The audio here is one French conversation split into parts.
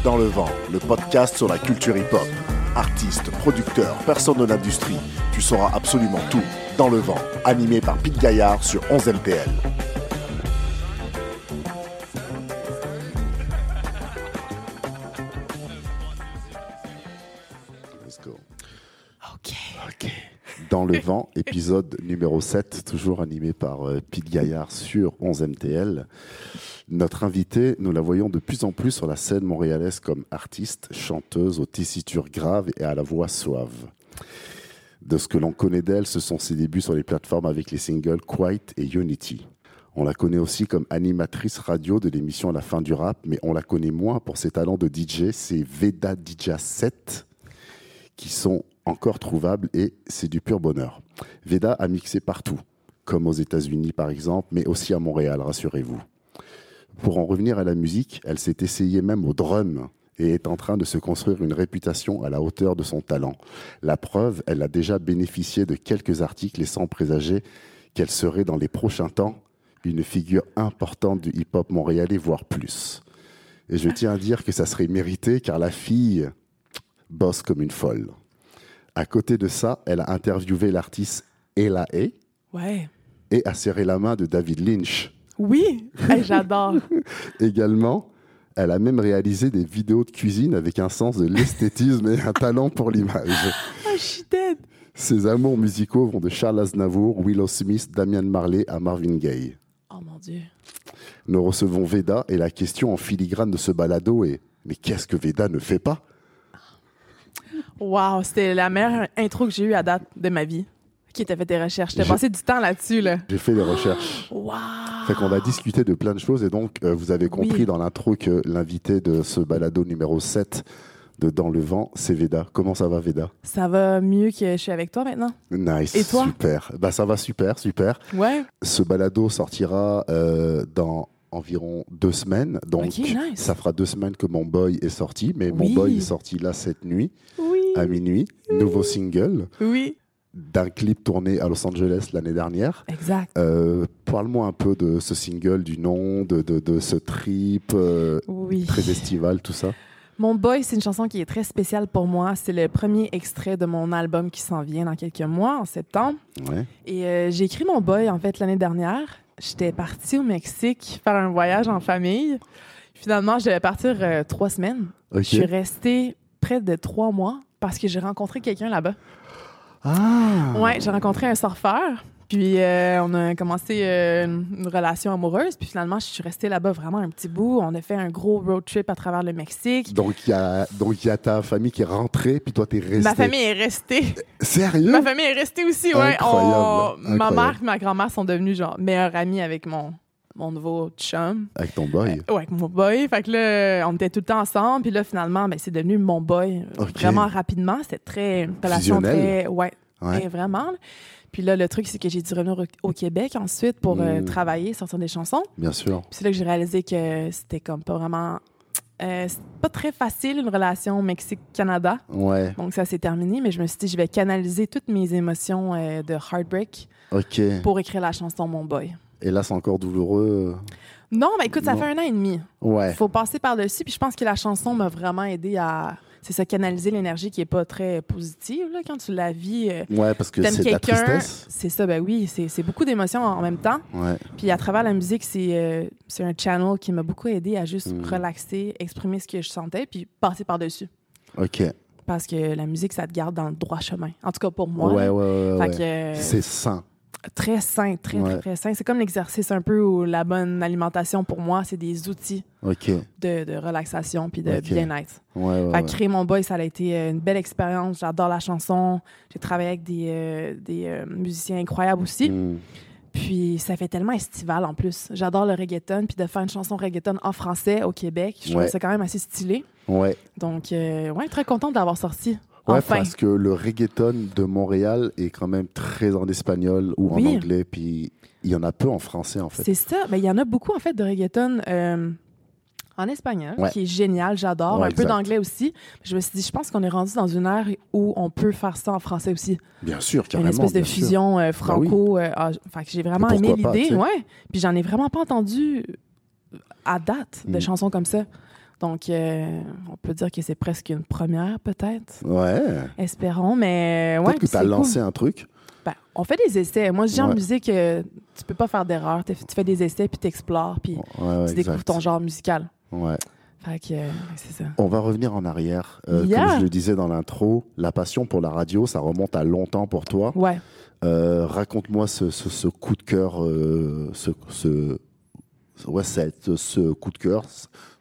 Dans le vent, le podcast sur la culture hip-hop. Artistes, producteurs, personnes de l'industrie, tu sauras absolument tout. Dans le vent, animé par Pete Gaillard sur 11 MTL. Let's go. OK. Dans le vent, épisode numéro 7, toujours animé par Pete Gaillard sur 11 MTL. Notre invitée, nous la voyons de plus en plus sur la scène montréalaise comme artiste, chanteuse aux tessitures graves et à la voix suave. De ce que l'on connaît d'elle, ce sont ses débuts sur les plateformes avec les singles Quiet et Unity. On la connaît aussi comme animatrice radio de l'émission La Fin du Rap, mais on la connaît moins pour ses talents de DJ, c'est Veda DJ 7 qui sont encore trouvables et c'est du pur bonheur. Veda a mixé partout, comme aux États-Unis par exemple, mais aussi à Montréal, rassurez-vous. Pour en revenir à la musique, elle s'est essayée même au drum et est en train de se construire une réputation à la hauteur de son talent. La preuve, elle a déjà bénéficié de quelques articles laissant présager qu'elle serait dans les prochains temps une figure importante du hip-hop montréalais, voire plus. Et je tiens à dire que ça serait mérité car la fille bosse comme une folle. À côté de ça, elle a interviewé l'artiste Ella A. Ouais. Et a serré la main de David Lynch. Oui, hey, j'adore. Également, elle a même réalisé des vidéos de cuisine avec un sens de l'esthétisme et un talent pour l'image. Oh, je suis dead. Ses amours musicaux vont de Charles Aznavour, Willow Smith, Damian Marley à Marvin Gaye. Oh mon Dieu. Nous recevons Veda et la question en filigrane de ce balado est « Mais qu'est-ce que Veda ne fait pas ?» Wow, c'était la meilleure intro que j'ai eue à date de ma vie. Qui t'a fait tes recherches? T'as passé du temps là-dessus, là. J'ai fait des recherches. Wow! Fait qu'on va discuter de plein de choses et donc vous avez compris dans l'intro que l'invité de ce balado numéro 7 de Dans le vent, c'est Veda. Comment ça va, Veda? Ça va mieux que je suis avec toi maintenant? Nice. Et toi? Super. Bah, ça va super. Ouais. Ce balado sortira dans environ 2 semaines. Donc, okay, nice. Ça fera 2 semaines que Mon Boy est sorti. Mais Mon Boy est sorti là cette nuit, à minuit. Nouveau single. Oui. D'un clip tourné à Los Angeles l'année dernière. Exact. Parle-moi un peu de ce single, du nom, de ce trip, très estival, tout ça. Mon Boy, c'est une chanson qui est très spéciale pour moi. C'est le premier extrait de mon album qui s'en vient dans quelques mois, en septembre. Ouais. Et j'ai écrit Mon Boy, en fait, l'année dernière. J'étais partie au Mexique faire un voyage en famille. Finalement, je devais partir 3 semaines. Okay. Je suis restée près de 3 mois parce que j'ai rencontré quelqu'un là-bas. Ah! Ouais, j'ai rencontré un surfeur. Puis on a commencé une relation amoureuse. Puis finalement, je suis restée là-bas vraiment un petit bout. On a fait un gros road trip à travers le Mexique. Donc il y a ta famille qui est rentrée, puis toi t'es restée. Ma famille est restée. Sérieux? Ma famille est restée aussi, ouais. Incroyable. Ma mère et ma grand-mère sont devenues genre meilleures amies avec mon nouveau chum. Avec ton boy? Ouais, avec mon boy. Fait que là, on était tout le temps ensemble. Puis là, finalement, ben, c'est devenu mon boy vraiment rapidement. C'était très... Une relation très... Ouais. Et vraiment. Puis là, le truc, c'est que j'ai dû revenir au Québec ensuite pour travailler, sortir des chansons. Bien sûr. Puis c'est là que j'ai réalisé que c'était comme pas vraiment... c'est pas très facile, une relation Mexique-Canada. Ouais. Donc ça s'est terminé, mais je me suis dit, je vais canaliser toutes mes émotions de heartbreak pour écrire la chanson Mon Boy. Et là, c'est encore douloureux? Non, mais écoute, ça fait 1 an et demi. Ouais. Faut passer par-dessus. Puis je pense que la chanson m'a vraiment aidé à... C'est ça, canaliser l'énergie qui est pas très positive, là, quand tu la vis. Ouais, parce que c'est de la tristesse. C'est ça, ben oui. C'est beaucoup d'émotions en même temps. Ouais. Puis à travers la musique, c'est un channel qui m'a beaucoup aidé à juste relaxer, exprimer ce que je sentais, puis passer par-dessus. OK. Parce que la musique, ça te garde dans le droit chemin. En tout cas, pour moi. Ouais. C'est sain. Très sain, très sain. C'est comme l'exercice un peu ou la bonne alimentation pour moi, c'est des outils de relaxation puis de bien-être. Fait que créer Mon Boy, ça a été une belle expérience. J'adore la chanson. J'ai travaillé avec des musiciens incroyables aussi. Puis ça fait tellement estival en plus. J'adore le reggaeton. Puis de faire une chanson reggaeton en français au Québec, je trouve ça quand même assez stylé. Ouais. Donc, très contente de l'avoir sorti. Ouais, parce que le reggaeton de Montréal est quand même très en espagnol ou en anglais, puis il y en a peu en français, en fait. C'est ça. Mais il y en a beaucoup, en fait, de reggaeton en espagnol, qui est génial, j'adore. Un peu d'anglais aussi. Je me suis dit, je pense qu'on est rendu dans une ère où on peut faire ça en français aussi. Bien sûr, carrément. Une espèce de fusion franco. Fait que j'ai vraiment aimé l'idée. Puis j'en ai vraiment pas entendu à date de chansons comme ça. Donc, on peut dire que c'est presque une première, peut-être. Ouais. Espérons, mais... Peut-être que tu as lancé un truc. Ben, on fait des essais. Moi, je dis en musique, tu peux pas faire d'erreur. Tu fais des essais, puis tu explores, puis tu découvres ton genre musical. Ouais. Fait que, c'est ça. On va revenir en arrière. Comme je le disais dans l'intro, la passion pour la radio, ça remonte à longtemps pour toi. Ouais. Raconte-moi ce coup de cœur, ce coup de cœur,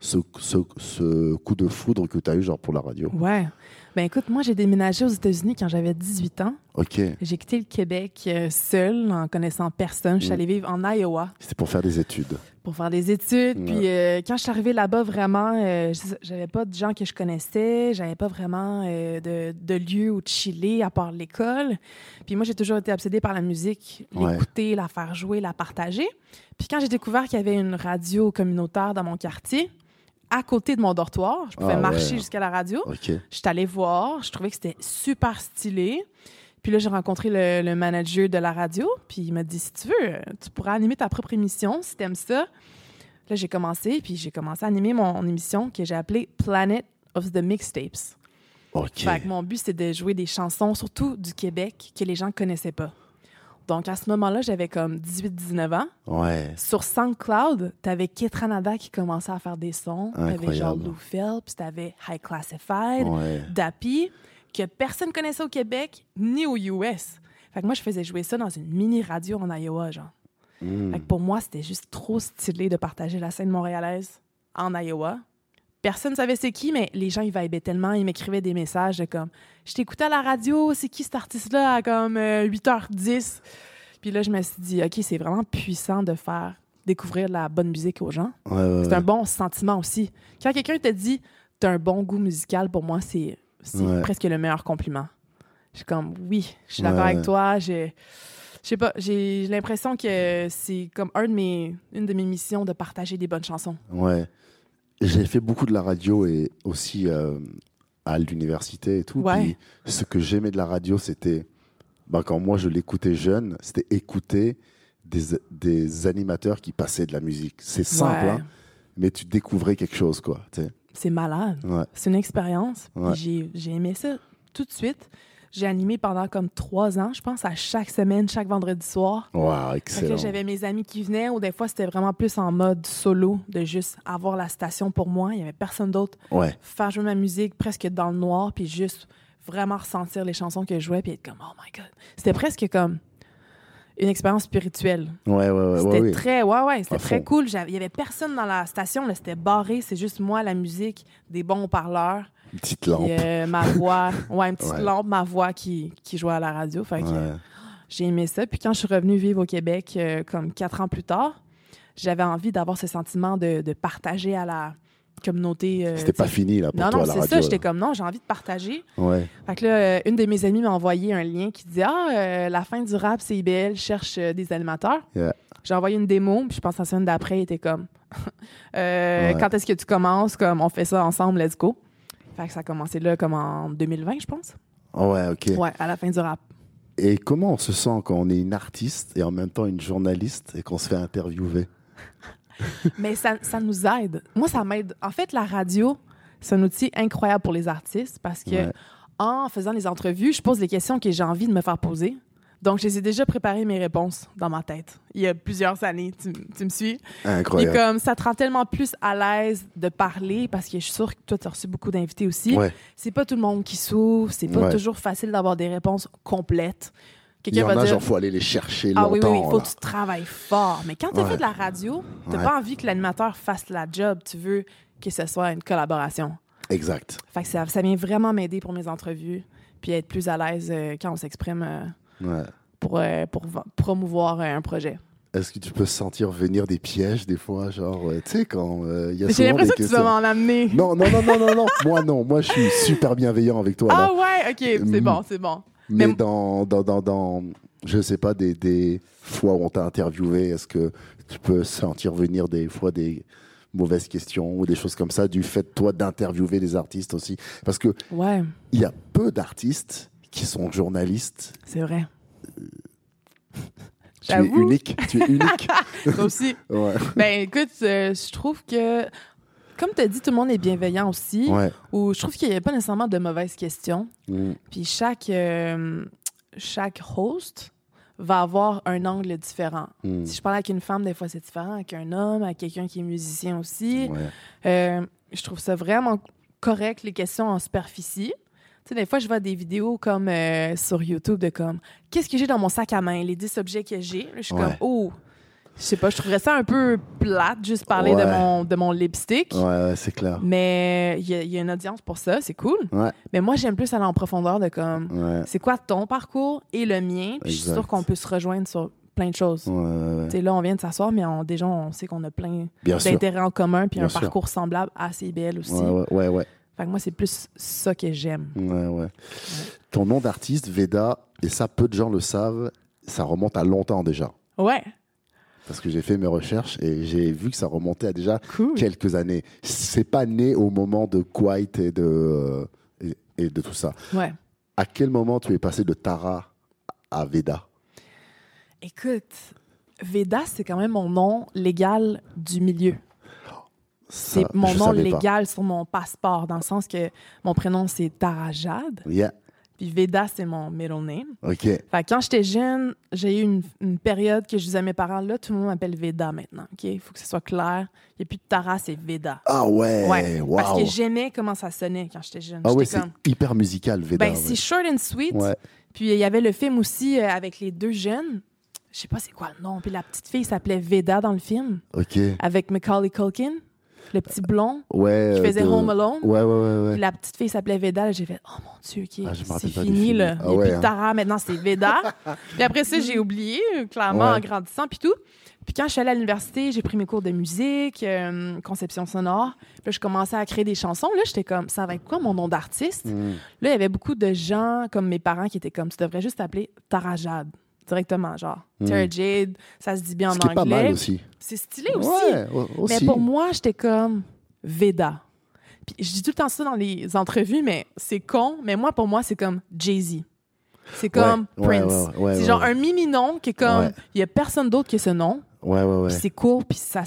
ce coup de foudre que tu as eu genre pour la radio. Ouais. Ben écoute, moi, j'ai déménagé aux États-Unis quand j'avais 18 ans. OK. J'ai quitté le Québec seule, en connaissant personne. Je suis allée vivre en Iowa. C'était pour faire des études. Pour faire des études. Puis quand je suis arrivée là-bas, vraiment, j'avais pas de gens que je connaissais. J'avais pas vraiment de lieu où chiller à part l'école. Puis moi, j'ai toujours été obsédée par la musique. L'écouter, la faire jouer, la partager. Puis quand j'ai découvert qu'il y avait une radio communautaire dans mon quartier, à côté de mon dortoir, je pouvais marcher jusqu'à la radio. Okay. Je suis allée voir. Je trouvais que c'était super stylé. Puis là, j'ai rencontré le manager de la radio. Puis il m'a dit, si tu veux, tu pourras animer ta propre émission si t'aimes ça. Là, j'ai commencé à animer mon émission que j'ai appelée Planet of the Mixtapes. OK. Fait que mon but, c'était de jouer des chansons, surtout du Québec, que les gens connaissaient pas. Donc, à ce moment-là, j'avais comme 18-19 ans. Ouais. Sur SoundCloud, t'avais Ketranada qui commençait à faire des sons. T'avais genre Lou Phelps, t'avais High Classified, Dappy, que personne connaissait au Québec ni aux US. Fait que moi, je faisais jouer ça dans une mini-radio en Iowa, genre. Fait que pour moi, c'était juste trop stylé de partager la scène montréalaise en Iowa. Personne ne savait c'est qui, mais les gens, ils vibaient tellement. Ils m'écrivaient des messages de comme « Je t'écoutais à la radio, c'est qui cet artiste-là à comme 8h10? » Puis là, je me suis dit « OK, c'est vraiment puissant de faire découvrir la bonne musique aux gens. » C'est un bon sentiment aussi. Quand quelqu'un te dit « T'as un bon goût musical », pour moi, c'est presque le meilleur compliment. Je suis comme « Oui, je suis d'accord avec toi. » Je sais pas, j'ai l'impression que c'est comme une de mes missions de partager des bonnes chansons. Ouais. J'ai fait beaucoup de la radio et aussi à l'université et tout. Puis ce que j'aimais de la radio, c'était, quand moi je l'écoutais jeune, c'était écouter des animateurs qui passaient de la musique. C'est simple, hein, mais tu découvrais quelque chose, quoi. T'sais. C'est malade. Ouais. C'est une expérience. J'ai aimé ça tout de suite. J'ai animé pendant comme 3 ans, je pense, à chaque semaine, chaque vendredi soir. Wow, excellent. Là, j'avais mes amis qui venaient, ou des fois, c'était vraiment plus en mode solo, de juste avoir la station pour moi. Il n'y avait personne d'autre. Faire jouer ma musique presque dans le noir, puis juste vraiment ressentir les chansons que je jouais, puis être comme, oh my God. C'était presque comme une expérience spirituelle. C'était c'était très cool. Il n'y avait personne dans la station, là, c'était barré. C'est juste moi, la musique, des bons haut-parleurs. Une petite lampe. Ma voix, une petite lampe, ma voix qui jouait à la radio. Fait que j'ai aimé ça. Puis quand je suis revenue vivre au Québec, comme 4 ans plus tard, j'avais envie d'avoir ce sentiment de partager à la communauté. C'était pas fini, là, pour toi, à la radio. Non, c'est ça. J'étais comme, non, j'ai envie de partager. Fait que là, une de mes amies m'a envoyé un lien qui disait, la fin du rap, c'est IBL, cherche des animateurs. J'ai envoyé une démo, puis je pense que la semaine d'après, il était comme, quand est-ce que tu commences? Comme, on fait ça ensemble, let's go. Fait que ça a commencé là comme en 2020, je pense. Ouais, OK. Ouais, à la fin du rap. Et comment on se sent quand on est une artiste et en même temps une journaliste et qu'on se fait interviewer? Mais ça nous aide. Moi, ça m'aide. En fait, la radio, c'est un outil incroyable pour les artistes parce que en faisant les entrevues, je pose les questions que j'ai envie de me faire poser. Donc, je les ai déjà préparé mes réponses dans ma tête. Il y a plusieurs années, tu me suis? Incroyable. Et comme ça te rend tellement plus à l'aise de parler, parce que je suis sûre que toi, tu as reçu beaucoup d'invités aussi. C'est pas tout le monde qui s'ouvre, c'est pas toujours facile d'avoir des réponses complètes. Il y en a, genre, faut aller les chercher longtemps. Oui, il faut que tu travailles fort. Mais quand tu as fait de la radio, tu n'as pas envie que l'animateur fasse la job. Tu veux que ce soit une collaboration. Exact. Fait que ça vient vraiment m'aider pour mes entrevues, puis être plus à l'aise quand on s'exprime pour promouvoir un projet. Est-ce que tu peux sentir venir des pièges des fois, genre, tu sais, quand il y a souvent des questions... J'ai l'impression que tu vas m'en amener. Non. Moi, non. Moi, je suis super bienveillant avec toi. Ah ouais? OK, c'est bon. Mais dans je sais pas, des fois où on t'a interviewé, est-ce que tu peux sentir venir des fois des mauvaises questions ou des choses comme ça, du fait, toi, d'interviewer des artistes aussi? Parce que il y a peu d'artistes qui sont journalistes. C'est vrai. Tu es unique. Toi aussi. Ben écoute, je trouve que comme tu as dit, tout le monde est bienveillant aussi. Ouais. Ou je trouve qu'il n'y a pas nécessairement de mauvaises questions. Puis chaque host va avoir un angle différent. Si je parle avec une femme, des fois, c'est différent. Avec un homme, avec quelqu'un qui est musicien aussi. Je trouve ça vraiment correct, les questions en superficie. Tu sais, des fois, je vois des vidéos comme sur YouTube de comme « Qu'est-ce que j'ai dans mon sac à main? Les 10 objets que j'ai. » Je suis comme « Oh! » Je sais pas, je trouverais ça un peu plate, juste parler de mon lipstick. Ouais, c'est clair. Mais il y a une audience pour ça, c'est cool. Ouais. Mais moi, j'aime plus aller en profondeur de comme c'est quoi ton parcours et le mien. Puis je suis sûre qu'on peut se rejoindre sur plein de choses. Tu sais, là, on vient de s'asseoir, mais déjà, on sait qu'on a plein d'intérêts en commun puis un parcours semblable à CIBL aussi. Ouais. Fait que moi, c'est plus ça que j'aime. Ouais. Ton nom d'artiste, Veda, et ça, peu de gens le savent, ça remonte à longtemps déjà. Ouais. Parce que j'ai fait mes recherches et j'ai vu que ça remontait à déjà quelques années. C'est pas né au moment de Quiet et de tout ça. Ouais. À quel moment tu es passé de Tara à Veda? Écoute, Veda, c'est quand même mon nom légal du milieu. C'est mon nom légal sur mon passeport, dans le sens que mon prénom, c'est Tara Jade. Yeah. Puis Veda, c'est mon middle name. OK. Fait que quand j'étais jeune, j'ai eu une période que je disais à mes parents, là, tout le monde m'appelle Veda maintenant. OK? Il faut que ce soit clair. Il n'y a plus de Tara, c'est Veda. Ah ouais? Wow. Parce que j'aimais comment ça sonnait quand j'étais jeune. Ah ouais, c'est hyper musical, Veda. Ben, c'est short and sweet. Ouais. Puis il y avait le film aussi avec les deux jeunes. Je sais pas c'est quoi le nom. Puis la petite fille s'appelait Veda dans le film. OK. Avec Macaulay Culkin. Le petit blond qui faisait Home Alone. Ouais. Puis la petite fille s'appelait Veda. Là, j'ai fait, oh mon Dieu, c'est fini, là. Il n'y a plus de Tara, maintenant c'est Veda. Puis après ça, j'ai oublié, clairement, en grandissant, puis tout. Puis quand je suis allée à l'université, j'ai pris mes cours de musique, conception sonore. Puis là, je commençais à créer des chansons. Là, j'étais comme, ça va être quoi mon nom d'artiste? Là, il y avait beaucoup de gens, comme mes parents, qui étaient comme, tu devrais juste t'appeler Tara Jade. Directement, genre. Tara Jade, ça se dit bien en anglais. C'est pas mal aussi. C'est stylé aussi. Mais pour moi, j'étais comme Veda. Puis je dis tout le temps ça dans les entrevues, mais c'est con. Mais moi, pour moi, c'est comme Jay-Z. C'est comme Prince. C'est genre un mimi-nom qui est comme... Il y a personne d'autre qui a ce nom. Puis c'est court, puis ça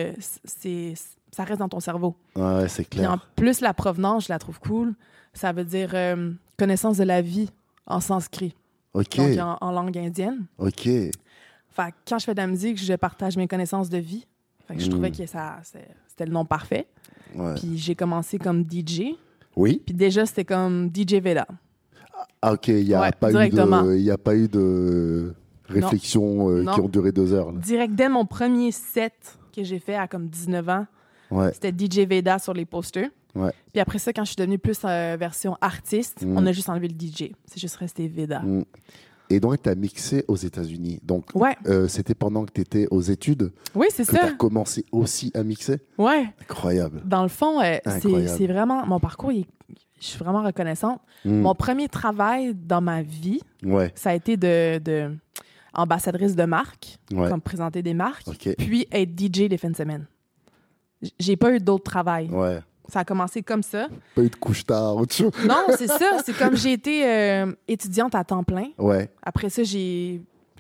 reste dans ton cerveau. Ouais, c'est clair. Puis en plus, la provenance, je la trouve cool. Ça veut dire connaissance de la vie en sanskrit. OK. Donc, en langue indienne. OK. Fait que quand je fais de la musique, je partage mes connaissances de vie. Fait que je trouvais que c'était le nom parfait. Ouais. Puis j'ai commencé comme DJ. Oui. Puis déjà, c'était comme DJ Veda. Ah, OK. Il n'y a pas eu de réflexion qui ont duré 2 heures. Là. Direct dès mon premier set que j'ai fait à comme 19 ans, c'était DJ Veda sur les posters. Ouais. Puis après ça, quand je suis devenue plus version artiste, on a juste enlevé le DJ. C'est juste resté Veda. Et donc, tu as mixé aux États-Unis. Donc, c'était pendant que tu étais aux études c'est que ça. Tu as commencé aussi à mixer? Ouais. Incroyable. Dans le fond, c'est vraiment... Mon parcours, je suis vraiment reconnaissante. Mon premier travail dans ma vie, ça a été de ambassadrice de marque, comme présenter des marques, puis être DJ les fins de semaine. J'ai pas eu d'autre travail. Ouais. Ça a commencé comme ça. Pas eu de couche-tard, autre chose. Non, c'est ça. C'est comme j'ai été étudiante à temps plein. Ouais. Après ça, j'ai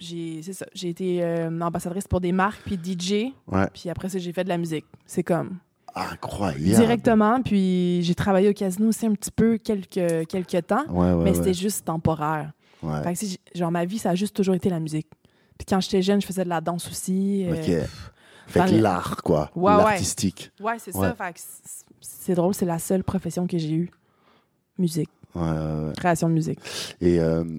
été ambassadrice pour des marques, puis DJ. Ouais. Puis après ça, j'ai fait de la musique. C'est comme... Incroyable. Directement. Puis j'ai travaillé au casino aussi un petit peu quelques temps. Mais c'était juste temporaire. Ouais. Fait que genre, ma vie, ça a juste toujours été la musique. Puis quand j'étais jeune, je faisais de la danse aussi. OK. Fait que l'art, quoi. L'artistique. Ouais, c'est ça. Fait que c'est drôle, c'est la seule profession que j'ai eue. Musique. Création de musique. Et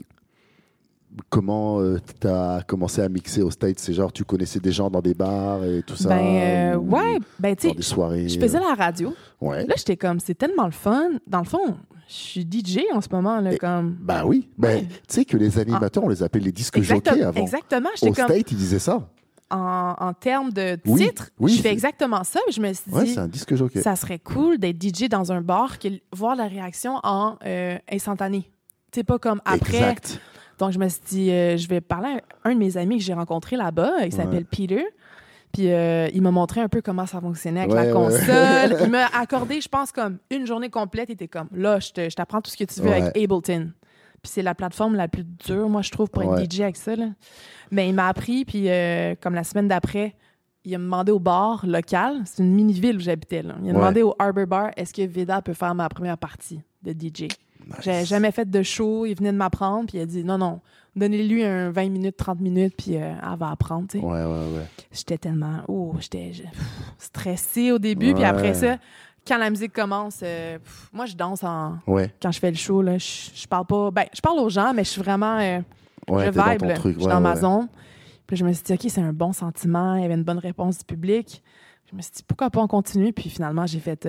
comment tu as commencé à mixer aux States? C'est genre, tu connaissais des gens dans des bars et tout ça? Ben, tu sais, des soirées. Je faisais la radio. Ouais. Là, j'étais comme, c'est tellement le fun. Dans le fond, je suis DJ en ce moment. Là, comme... Ben oui. Ben, tu sais que les animateurs, on les appelait les disques jockeys avant. Exactement. Aux States, ils disaient ça. En termes de titre, je fais exactement ça. Je me suis dit, c'est un disque jockey. Ça serait cool d'être DJ dans un bar, voir la réaction en instantané. Tu sais, pas comme après. Exact. Donc, je me suis dit, je vais parler à un de mes amis que j'ai rencontré là-bas. Il s'appelle Peter. Puis, il m'a montré un peu comment ça fonctionnait avec la console. Il m'a accordé, je pense, comme une journée complète. Il était comme, là, je t'apprends tout ce que tu veux avec Ableton. Puis c'est la plateforme la plus dure, moi, je trouve, pour être DJ avec ça. Là. Mais il m'a appris, puis comme la semaine d'après, il a demandé au bar local, c'est une mini-ville où j'habitais, là. Il a demandé au Harbor Bar, est-ce que Veda peut faire ma première partie de DJ? Nice. J'avais jamais fait de show, il venait de m'apprendre, puis il a dit non, donnez-lui un 20 minutes, 30 minutes, puis elle va apprendre, tu sais. Ouais. J'étais tellement... j'étais stressée au début, puis après ça, quand la musique commence, moi, je danse quand je fais le show, là, je parle pas... Ben, je parle aux gens, mais je suis vraiment... je vibe, là. Je suis dans ma zone. Puis je me suis dit, OK, c'est un bon sentiment. Il y avait une bonne réponse du public. Je me suis dit, pourquoi pas on continue? Puis finalement, j'ai fait...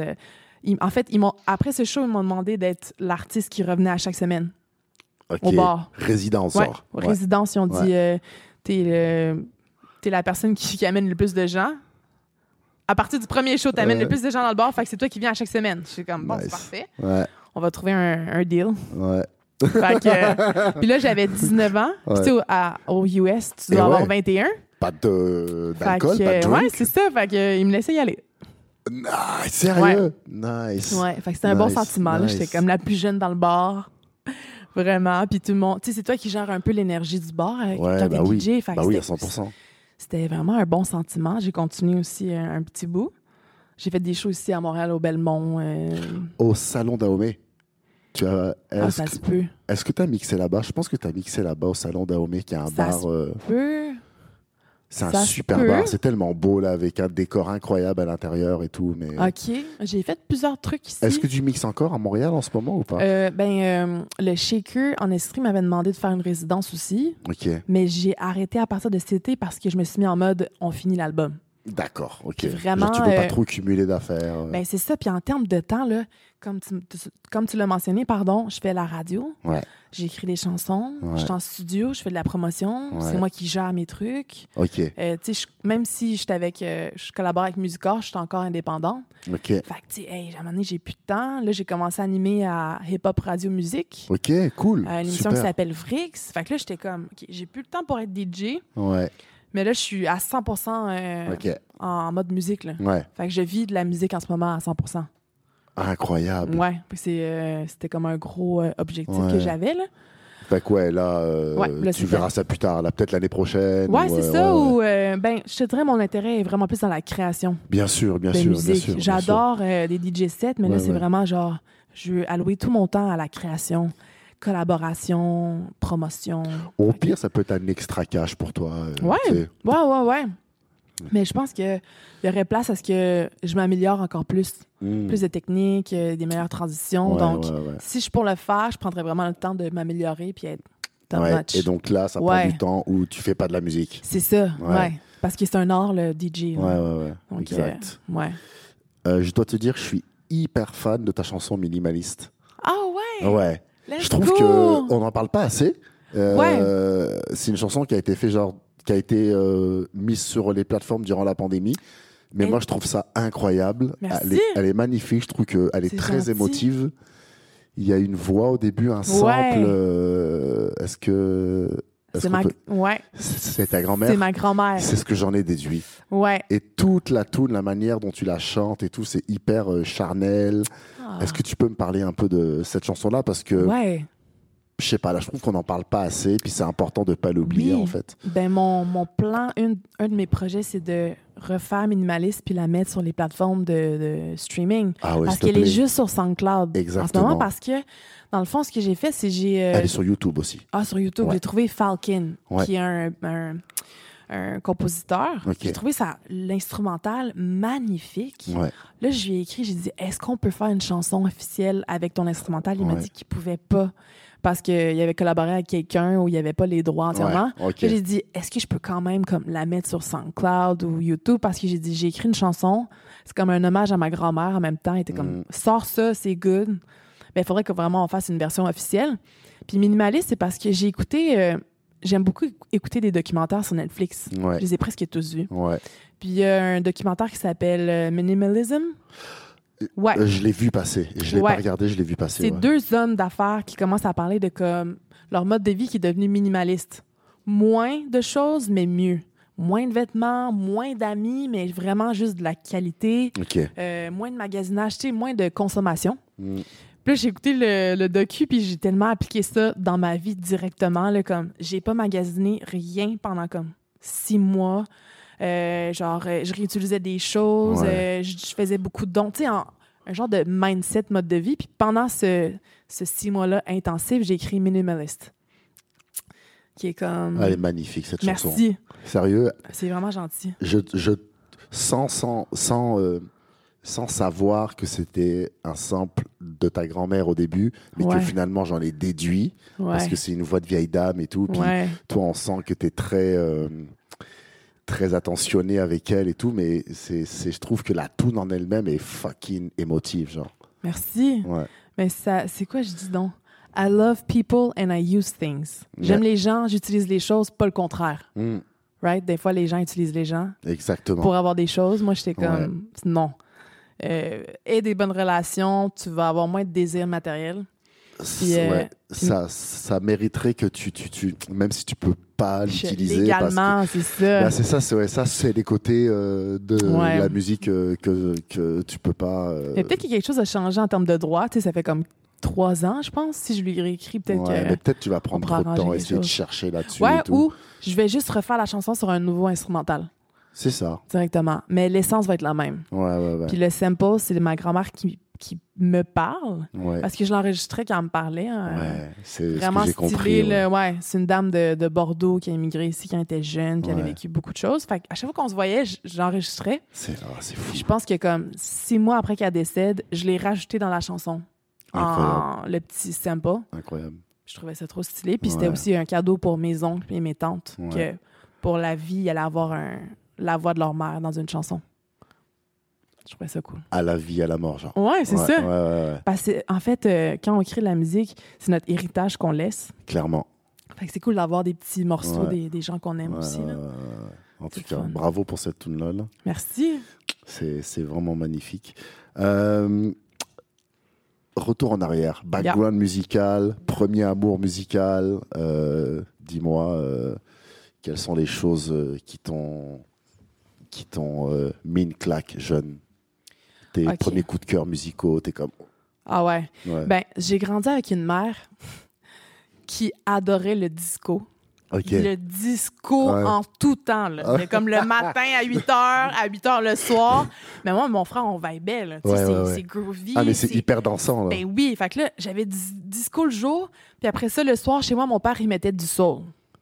après ce show, ils m'ont demandé d'être l'artiste qui revenait à chaque semaine au bar. Résidence, Résidence, ils ont dit, t'es la personne qui amène le plus de gens. À partir du premier show, t'amènes le plus de gens dans le bar, fait que c'est toi qui viens à chaque semaine. Je suis comme, bon, c'est parfait. Ouais. On va trouver un deal. Ouais. Fait que, puis là, j'avais 19 ans. Puis tu sais, au US, tu dois avoir 21. Pas d'alcool, pas de drink. Ouais, c'est ça. Fait que, il me laissait y aller. Nice, sérieux? Nice. Ouais, fait que c'était un bon sentiment. Là. J'étais comme la plus jeune dans le bar. Vraiment. Puis tout le monde... Tu sais, c'est toi qui gères un peu l'énergie du bar quand t'es DJ. Fait que oui, à 100%. C'était vraiment un bon sentiment. J'ai continué aussi un petit bout. J'ai fait des shows ici à Montréal, au Belmont. Au Salon Dahomey. Ça se peut. Est-ce que tu as mixé là-bas? Je pense que tu as mixé là-bas au Salon Dahomey, qui est un bar... C'est un super bar. C'est tellement beau, là, avec un décor incroyable à l'intérieur et tout. Mais... OK. J'ai fait plusieurs trucs ici. Est-ce que tu mixes encore à Montréal en ce moment ou pas? Le Shaker en Estrie m'avait demandé de faire une résidence aussi. OK. Mais j'ai arrêté à partir de cet été parce que je me suis mis en mode on finit l'album. D'accord, OK. Vraiment, genre, tu veux pas trop cumuler d'affaires. Ben c'est ça. Puis en termes de temps, là, comme tu l'as mentionné, je fais la radio. Ouais. J'écris des chansons. Je suis en studio, je fais de la promotion. Ouais. C'est moi qui gère mes trucs. OK. Même si je collabore avec Musicor, je suis encore indépendante. OK. Fait que, tu sais, à un moment donné, j'ai plus de temps. Là, j'ai commencé à animer à Hip Hop Radio Musique. OK, cool. Une émission qui s'appelle Vrix. Fait que là, j'étais comme, OK, j'ai plus le temps pour être DJ. Ouais. Mais là, je suis à 100% en mode musique. Là. Ouais. Fait que je vis de la musique en ce moment à 100%. Incroyable. Ouais. C'était comme un gros objectif que j'avais. Là. Fait que là, tu verras ça plus tard, là, peut-être l'année prochaine. Ouais, c'est ça. Ou, je te dirais, mon intérêt est vraiment plus dans la création. Bien sûr. Musique. J'adore des DJ sets, mais là, c'est vraiment genre, je veux allouer tout mon temps à la création. Collaboration, promotion. Au pire, ça peut être un extra cash pour toi. Ouais. Mais je pense qu'il y aurait place à ce que je m'améliore encore plus. Plus de techniques, des meilleures transitions. Donc, si je suis pour le faire, je prendrais vraiment le temps de m'améliorer puis être top notch. Et donc là, ça prend du temps où tu fais pas de la musique. C'est ça, Parce que c'est un art, le DJ. Ouais. Donc, exact. Je dois te dire, je suis hyper fan de ta chanson Minimaliste. Ah ouais? Ouais. Je trouve qu'on n'en parle pas assez. C'est une chanson qui a été mise sur les plateformes durant la pandémie. Mais moi, je trouve ça incroyable. Elle est magnifique. Je trouve qu'elle est très émotive. Il y a une voix au début, un sample. C'est ta grand-mère? C'est ma grand-mère. C'est ce que j'en ai déduit. Ouais. Et toute la manière dont tu la chantes et tout, c'est hyper charnel. Est-ce que tu peux me parler un peu de cette chanson-là? Parce que, je sais pas, là, je trouve qu'on n'en parle pas assez, puis c'est important de ne pas l'oublier, en fait. Ben, mon plan, un de mes projets, c'est de refaire Minimaliste puis la mettre sur les plateformes de streaming. Ah oui, parce qu'elle est juste sur SoundCloud. Exactement. En ce moment, parce que, dans le fond, ce que j'ai fait, c'est Elle est sur YouTube aussi. Ah, sur YouTube. J'ai trouvé Falcon, qui est un compositeur. J'ai trouvé l'instrumental magnifique. Là, je lui ai écrit, j'ai dit, est-ce qu'on peut faire une chanson officielle avec ton instrumental? Il m'a dit qu'il pouvait pas parce qu'il avait collaboré avec quelqu'un où il n'y avait pas les droits entièrement. J'ai dit, est-ce que je peux quand même la mettre sur SoundCloud ou YouTube? Parce que j'ai écrit une chanson, c'est comme un hommage à ma grand-mère en même temps. Elle était comme, sors ça, c'est good. Il faudrait que vraiment on fasse une version officielle. Puis Minimaliste, c'est parce que j'ai écouté... J'aime beaucoup écouter des documentaires sur Netflix. Je les ai presque tous vus. Puis il y a un documentaire qui s'appelle Minimalism. Je l'ai vu passer. Je l'ai pas regardé, je l'ai vu passer. C'est deux hommes d'affaires qui commencent à parler de comme leur mode de vie qui est devenu minimaliste. Moins de choses, mais mieux. Moins de vêtements, moins d'amis, mais vraiment juste de la qualité. Moins de magasinage, moins de consommation. Puis là, j'ai écouté le docu, puis j'ai tellement appliqué ça dans ma vie directement. Là, comme, j'ai pas magasiné rien pendant comme 6 mois. Je réutilisais des choses. Je faisais beaucoup de dons. Tu sais, un genre de mindset, mode de vie. Puis pendant ce 6 mois-là intensif, j'ai écrit Minimalist. Qui est comme... Elle est magnifique, cette chanson. Merci. Sérieux? C'est vraiment gentil. Sans savoir que c'était un sample de ta grand-mère au début, mais que finalement j'en ai déduit, parce que c'est une voix de vieille dame et tout. Puis toi, on sent que tu es très attentionné avec elle et tout, mais je trouve que la toune en elle-même est fucking émotive, genre. Merci. Ouais. Mais ça, c'est quoi je dis donc? I love people and I use things. J'aime les gens, j'utilise les choses, pas le contraire. Right? Des fois, les gens utilisent les gens. Exactement. Pour avoir des choses. Moi, j'étais comme, non. Et des bonnes relations, tu vas avoir moins de désirs matériels. Puis, ça mériterait que tu même si tu peux pas l'utiliser légalement, c'est ça. Ça c'est les côtés de la musique que tu peux pas mais peut-être qu'il y a quelque chose à changer en termes de droit, tu sais, ça fait comme 3 ans, je pense, si je lui réécris, peut-être que... mais peut-être tu vas prendre trop de temps à essayer de chercher là-dessus et tout. Ou je vais juste refaire la chanson sur un nouveau instrumental. C'est ça. Directement. Mais l'essence va être la même. Ouais. Puis le sample, c'est ma grand-mère qui me parle. Parce que je l'enregistrais quand elle me parlait. C'est vraiment ce que j'ai stylé. compris. C'est une dame de Bordeaux qui a immigré ici quand elle était jeune, puis elle a vécu beaucoup de choses. Fait à chaque fois qu'on se voyait, j'enregistrais. C'est fou. Je pense que comme 6 mois après qu'elle décède, je l'ai rajouté dans la chanson. Le petit sample. Incroyable. Je trouvais ça trop stylé. Puis c'était aussi un cadeau pour mes oncles et mes tantes. Que pour la vie, il allait avoir la voix de leur mère dans une chanson. Je trouvais ça cool. À la vie, à la mort, genre. Ouais, c'est ça. Ouais. Parce que, en fait, quand on crée de la musique, c'est notre héritage qu'on laisse. Clairement. Fait que c'est cool d'avoir des petits morceaux des gens qu'on aime aussi. Là. En tout cas, bravo pour cette tune-là. Là. Merci. C'est vraiment magnifique. Retour en arrière. Background musical, premier amour musical. Dis-moi, quelles sont les choses qui t'ont mis une claque jeune? Tes premiers coups de cœur musicaux, t'es comme... Ah ouais. Ben, j'ai grandi avec une mère qui adorait le disco. Le disco en tout temps. Là. Comme le matin à 8h, à 8h le soir. Mais moi, mon frère, on vibait. Là. C'est groovy. Ah, mais c'est hyper dansant. Là. Ben oui. Fait que là, j'avais du disco le jour. Puis après ça, le soir, chez moi, mon père, il mettait du soul.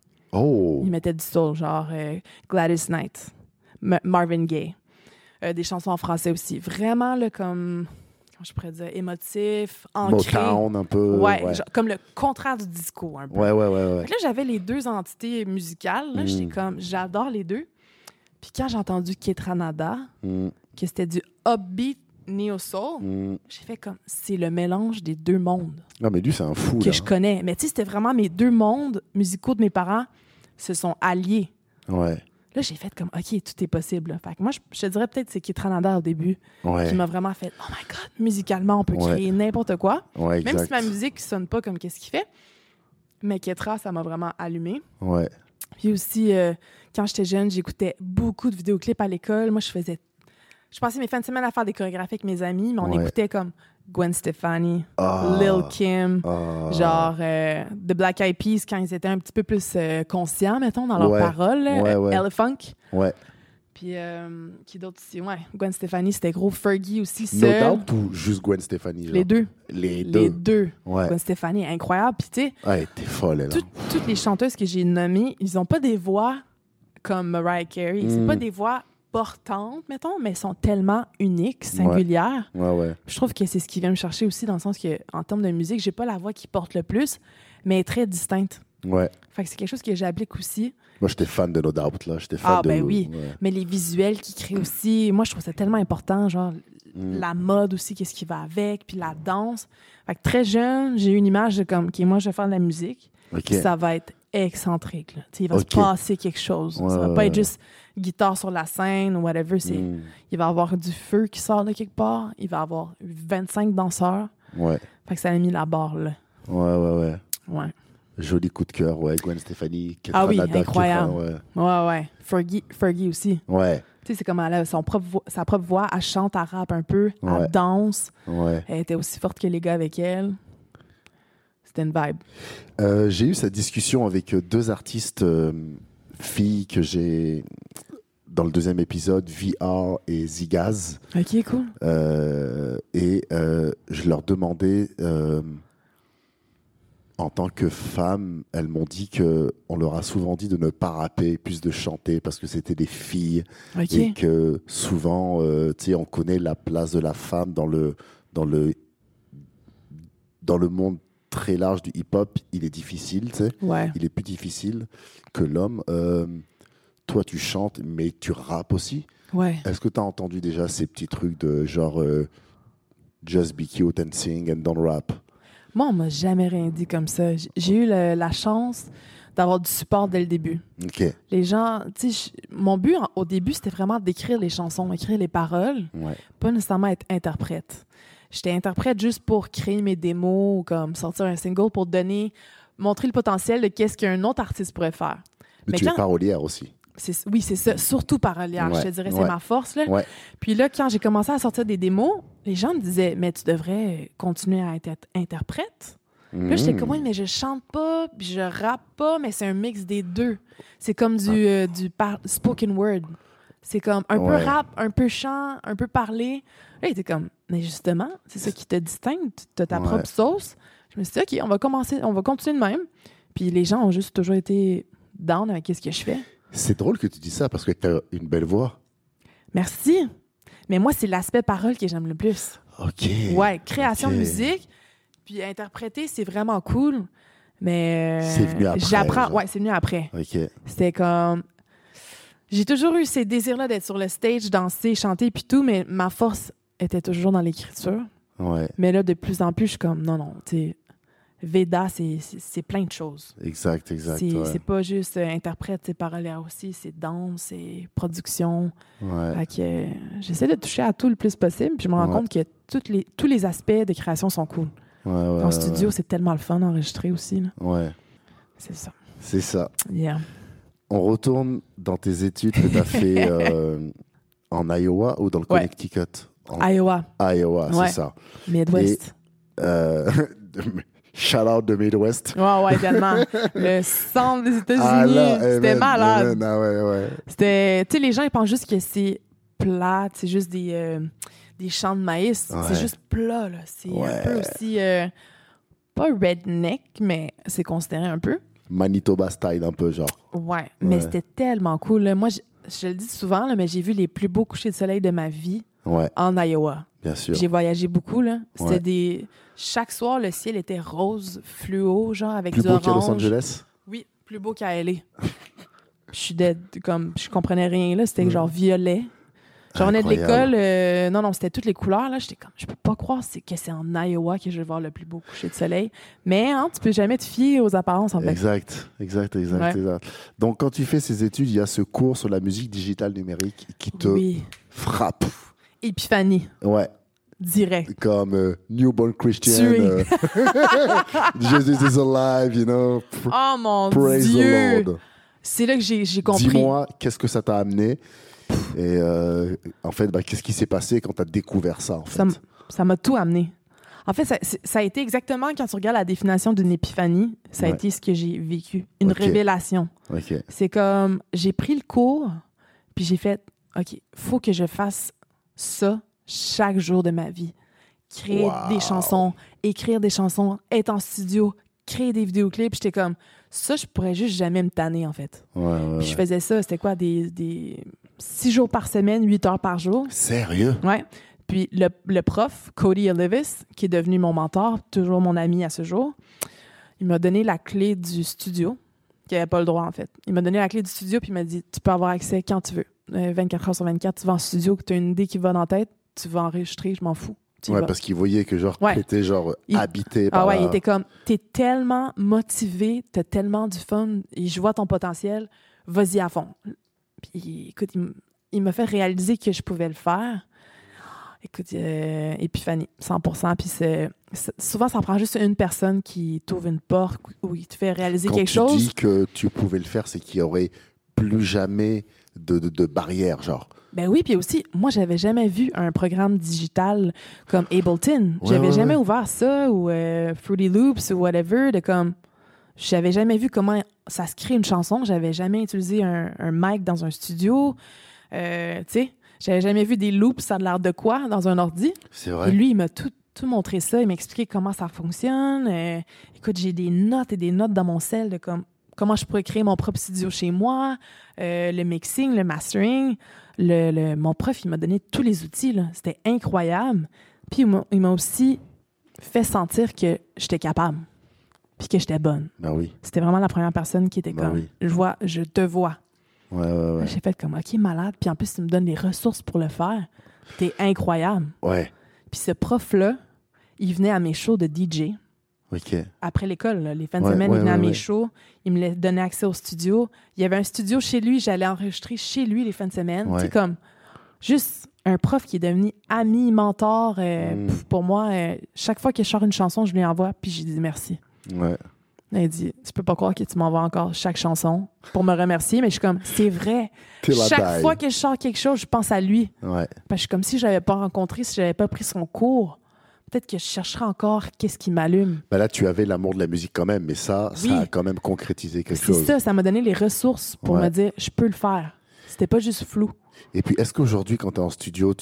Oh! Il mettait du soul, genre Gladys Knight, Marvin Gaye. Des chansons en français aussi. Vraiment, là, comme... je pourrais dire, émotif, ancré. Motown, un peu. Genre, comme le contraire du disco, un peu. Ouais. Là, j'avais les deux entités musicales. Là, j'étais comme, j'adore les deux. Puis quand j'ai entendu Ketranada, que c'était du upbeat neo-soul, j'ai fait comme, c'est le mélange des deux mondes. Non, mais lui, c'est un fou. Que je connais. Mais tu sais, c'était vraiment mes deux mondes musicaux de mes parents se sont alliés. Ouais. Là, j'ai fait comme, OK, tout est possible. Là. Fait que moi, je te dirais peut-être que c'est Ketranada au début qui m'a vraiment fait, oh my God, musicalement, on peut créer n'importe quoi. Ouais, même si ma musique ne sonne pas comme qu'est-ce qu'il fait. Mais Ketra, ça m'a vraiment allumé. Ouais. Puis aussi, quand j'étais jeune, j'écoutais beaucoup de vidéoclips à l'école. Moi, je passais mes fins de semaine à faire des chorégraphies avec mes amis, mais on écoutait comme Gwen Stefani, Lil Kim, genre The Black Eyed Peas quand ils étaient un petit peu plus conscients, mettons, dans leurs paroles. Elephunk. Ouais. Puis, qui d'autre aussi? Ouais, Gwen Stefani, c'était gros. Fergie aussi, seul. No Doubt ou juste Gwen Stefani? Genre? Les deux. Les deux. Ouais. Gwen Stefani, incroyable. Puis, tu sais, ouais, t'es folle, elle. Toutes les chanteuses que j'ai nommées, ils ont pas des voix comme Mariah Carey. C'est pas des voix portantes, mettons, mais sont tellement uniques, singulières. Ouais. Je trouve que c'est ce qui vient me chercher aussi, dans le sens que, en termes de musique, j'ai pas la voix qui porte le plus, mais elle est très distincte. Ouais. Fait que c'est quelque chose que j'applique aussi. Moi, j'étais fan de No Doubt, là. J'étais fan de... oui. Ouais. Mais les visuels qu'ils créent aussi, moi, je trouve ça tellement important, genre la mode aussi, qu'est-ce qui va avec, puis la danse. Fait que très jeune, j'ai eu une image de comme, OK, moi, je vais faire de la musique, puis ça va être excentrique, là. Il va se passer quelque chose. Ça va pas être juste guitare sur la scène ou whatever. Il va y avoir du feu qui sort de quelque part. Il va y avoir 25 danseurs. Ouais. Fait que ça a mis la barre, là. Ouais. Joli coup de cœur, Gwen Stefani. Ketranada, incroyable. Ouais. Fergie aussi. Ouais. Tu sais, c'est comme elle a sa propre voix, elle chante, elle rappe un peu, elle danse. Ouais. Elle était aussi forte que les gars avec elle. C'était une vibe. J'ai eu cette discussion avec deux artistes filles que j'ai dans le deuxième épisode, VR et Zigaz. Ok, cool. Je leur demandais, en tant que femme, elles m'ont dit qu'on leur a souvent dit de ne pas rapper, plus de chanter parce que c'était des filles. Et que souvent, on connaît la place de la femme dans le monde très large du hip-hop. Il est difficile, tu sais. Ouais. Il est plus difficile que l'homme. Toi, tu chantes, mais tu rappes aussi. Ouais. Est-ce que tu as entendu déjà ces petits trucs de genre just be cute and sing and don't rap? Moi, on m'a jamais rien dit comme ça. J'ai eu la chance d'avoir du support dès le début. OK. Les gens, tu sais, mon but au début, c'était vraiment d'écrire les chansons, écrire les paroles, pas nécessairement être interprète. J'étais interprète juste pour créer mes démos ou comme sortir un single pour montrer le potentiel de qu'est-ce qu'un autre artiste pourrait faire. Mais tu es parolière aussi. Oui, c'est ça. Surtout parolière, je te dirais, c'est ma force. Là. Ouais. Puis là, quand j'ai commencé à sortir des démos, les gens me disaient « Mais tu devrais continuer à être interprète. » Puis là, j'étais comme « Oui, mais je chante pas, puis je rappe pas, mais c'est un mix des deux. » C'est comme du spoken word. C'est comme un peu rap, un peu chant, un peu parler. Là, il était comme « Mais justement, c'est ça qui te distingue. Tu as ta propre sauce. » Je me suis dit « OK, on va continuer de même. » Puis les gens ont juste toujours été down avec ce que je fais. C'est drôle que tu dis ça parce que tu as une belle voix. Merci. Mais moi, c'est l'aspect parole que j'aime le plus. OK. Ouais, création de musique. Puis interpréter, c'est vraiment cool. Mais c'est venu après. J'apprends. Ouais, c'est venu après. OK. C'était comme. J'ai toujours eu ces désirs-là d'être sur le stage, danser, chanter, puis tout, mais ma force était toujours dans l'écriture. Ouais. Mais là, de plus en plus, je suis comme, non, tu sais. Veda, c'est plein de choses. Exact. C'est pas juste interprète, c'est parolière aussi, c'est danse, c'est production. Ouais. Fait que j'essaie de toucher à tout le plus possible, puis je me rends compte que tous les aspects de création sont cool. En studio, c'est tellement le fun d'enregistrer aussi. Là. Ouais. C'est ça. Yeah. On retourne dans tes études que tu as fait en Iowa ou dans le Connecticut? Iowa. Iowa, c'est ça. Midwest. Shout out de Midwest. Ouais, tellement. Le centre des États-Unis, c'était malade. C'était, tu sais, les gens, ils pensent juste que c'est plat, c'est juste des champs de maïs. C'est juste plat, là. C'est un peu aussi, pas redneck, mais c'est considéré un peu. Manitoba style, un peu, genre. Ouais, mais c'était tellement cool. Là. Moi, je le dis souvent, là, mais j'ai vu les plus beaux couchers de soleil de ma vie en Iowa. Bien sûr. J'ai voyagé beaucoup, là. C'était chaque soir, le ciel était rose, fluo, genre avec du orange. Plus beau qu'à Los Angeles? Oui, plus beau qu'à LA. Je comprenais rien, là. C'était genre violet. Genre, on est de l'école. Non, c'était toutes les couleurs, là. J'étais comme, je peux pas croire que c'est en Iowa que je vais voir le plus beau coucher de soleil. Mais tu peux jamais te fier aux apparences, en fait. Exact. Donc, quand tu fais ces études, il y a ce cours sur la musique digitale numérique qui te frappe. Épiphanie. Ouais. Direct. Comme Newborn Christian. Jesus is alive, you know. Oh mon Praise Dieu. the Lord. C'est là que j'ai compris. Dis-moi, qu'est-ce que ça t'a amené? Et en fait, qu'est-ce qui s'est passé quand tu as découvert ça, en fait? Ça m'a tout amené. En fait, ça a été exactement, quand tu regardes la définition d'une épiphanie, ça a été ce que j'ai vécu. Une révélation. C'est comme, j'ai pris le cours, puis j'ai fait, OK, faut que je fasse ça chaque jour de ma vie. Créer des chansons, écrire des chansons, être en studio, créer des vidéoclips. J'étais comme, ça, je pourrais juste jamais me tanner, en fait. Puis je faisais ça, c'était quoi, des 6 jours par semaine, 8 heures par jour. Sérieux? Ouais. Puis le prof, Cody Olivis, qui est devenu mon mentor, toujours mon ami à ce jour, il m'a donné la clé du studio, qui n'avait pas le droit, en fait. Il m'a donné la clé du studio, puis il m'a dit, tu peux avoir accès quand tu veux. 24 heures sur 24, tu vas en studio, que tu as une idée qui va dans la tête, tu vas enregistrer, je m'en fous. Parce qu'il voyait que genre t'étais genre habité par il était comme, t'es tellement motivé, t'as tellement du fun, et je vois ton potentiel, vas-y à fond. Puis écoute, il m'a fait réaliser que je pouvais le faire. Écoute, épiphanie, 100%. Puis souvent, ça prend juste une personne qui t'ouvre une porte ou qui te fait réaliser quelque chose. Quand tu dis que tu pouvais le faire, c'est qu'il n'y aurait plus jamais de barrière, genre. Ben oui, puis aussi, moi, j'avais jamais vu un programme digital comme Ableton. J'avais jamais ouvert ça ou Fruity Loops ou whatever, j'avais jamais vu comment ça se crée une chanson. J'avais jamais utilisé un mic dans un studio. Tu sais, j'avais jamais vu des loops, ça a l'air de quoi dans un ordi. C'est vrai. Et lui, il m'a tout montré ça. Il m'a expliqué comment ça fonctionne. Écoute, j'ai des notes et des notes dans mon cell de comment je pourrais créer mon propre studio chez moi, le mixing, le mastering. Mon prof, il m'a donné tous les outils. Là. C'était incroyable. Puis il m'a aussi fait sentir que j'étais capable puis que j'étais bonne. Ben oui. C'était vraiment la première personne qui était comme, oui. Je te vois. Ouais. J'ai fait comme, OK, malade. Puis en plus, tu me donnes les ressources pour le faire. T'es incroyable. Ouais. Puis ce prof-là, il venait à mes shows de DJ. OK. Après l'école, là, les fins de semaine, il venait à mes shows. Il me donnait accès au studio. Il y avait un studio chez lui. J'allais enregistrer chez lui les fins de semaine. Ouais. Tu sais, comme, juste un prof qui est devenu ami, mentor. Pour moi, chaque fois que je sors une chanson, je lui envoie, puis j'ai dit merci. Ouais. Il dit, tu peux pas croire que tu m'envoies encore chaque chanson pour me remercier, mais je suis comme, c'est vrai. Chaque fois que je sors quelque chose, je pense à lui. Ouais. Parce que je suis comme si je l'avais pas rencontré, si j'avais pas pris son cours, peut-être que je chercherais encore qu'est-ce qui m'allume. Ben là, tu avais l'amour de la musique quand même, mais ça a quand même concrétisé quelque chose. C'est ça m'a donné les ressources pour me dire, je peux le faire. C'était pas juste flou. Et puis, est-ce qu'aujourd'hui, quand tu es en studio,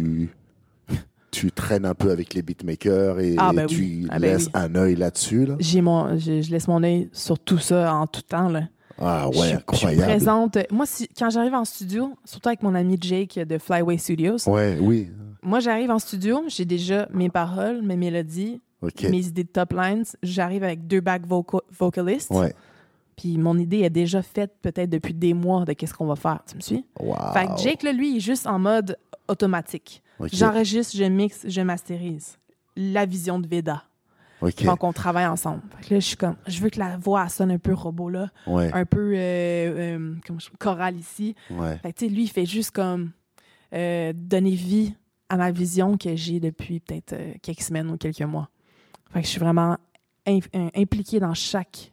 tu traînes un peu avec les beatmakers et tu laisses un œil là-dessus? Là? Je laisse mon œil sur tout ça en tout temps. Là. Ah ouais, incroyable. Je suis présente. Moi, quand j'arrive en studio, surtout avec mon ami Jake de Flyway Studios, moi, j'arrive en studio, j'ai déjà mes paroles, mes mélodies, mes idées de top lines. J'arrive avec 2 back vocalistes. Ouais. Puis mon idée est déjà faite peut-être depuis des mois de qu'est-ce qu'on va faire. Tu me suis? Wow. Fait que Jake, là, lui, il est juste en mode automatique. J'enregistre, je mixe, je masterise. La vision de Veda. Donc, on travaille ensemble. Fait que là, je suis comme, je veux que la voix sonne un peu robot, là. Un peu chorale ici. Fait que, tu sais, lui, il fait juste comme donner vie à ma vision que j'ai depuis peut-être quelques semaines ou quelques mois. Fait que je suis vraiment impliquée dans chaque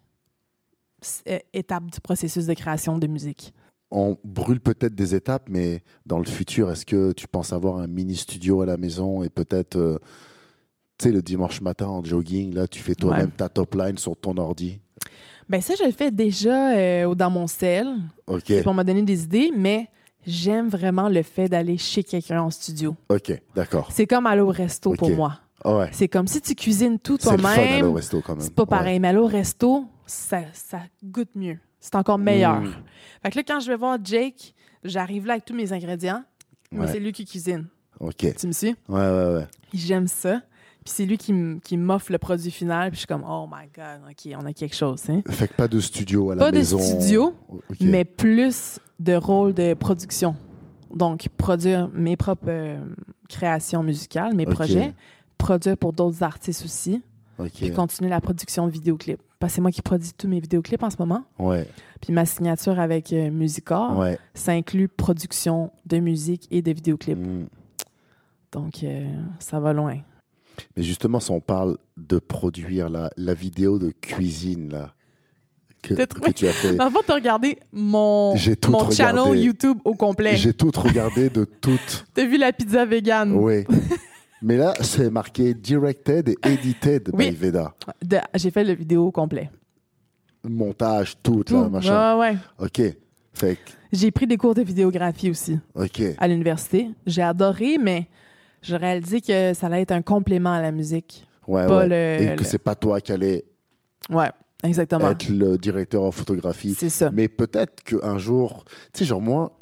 étape du processus de création de musique. On brûle peut-être des étapes, mais dans le futur, est-ce que tu penses avoir un mini-studio à la maison et peut-être, tu sais, le dimanche matin en jogging, là, tu fais toi-même ta top line sur ton ordi? Ben ça, je le fais déjà dans mon cell pour me donner des idées, mais j'aime vraiment le fait d'aller chez quelqu'un en studio. OK, d'accord. C'est comme aller au resto pour moi. Ouais. C'est comme si tu cuisines tout toi-même. C'est le fun d'aller au resto quand même. C'est pas pareil, mais aller au resto, ça goûte mieux. C'est encore meilleur. Fait que là, quand je vais voir Jake, j'arrive là avec tous mes ingrédients, mais c'est lui qui cuisine. OK. Tu me suis? Ouais. J'aime ça. Puis c'est lui qui m'offre le produit final. Puis je suis comme, oh my God, OK, on a quelque chose. Hein? Fait que pas de studio à la maison. Pas de studio, mais plus de rôle de production. Donc, produire mes propres créations musicales, mes projets, produire pour d'autres artistes aussi, puis continuer la production de vidéoclips. Parce que c'est moi qui produis tous mes vidéoclips en ce moment. Puis ma signature avec Musicor, ça inclut production de musique et de vidéoclips. Donc, ça va loin. Mais justement, si on parle de produire la vidéo de cuisine, là, que tu as fait. En fait, tu as regardé mon channel YouTube au complet. J'ai tout regardé de toutes. Tu as vu la pizza vegan. Oui. Mais là, c'est marqué Directed et Edited by Veda. J'ai fait la vidéo au complet. Montage, tout, là, machin. Ouais. OK. Fait que... J'ai pris des cours de vidéographie aussi. À l'université. J'ai adoré, mais je réalisais que ça allait être un complément à la musique. Et que c'est pas toi qui allais... Exactement. Être le directeur en photographie. C'est ça. Mais peut-être qu'un jour... Tu sais, genre moi,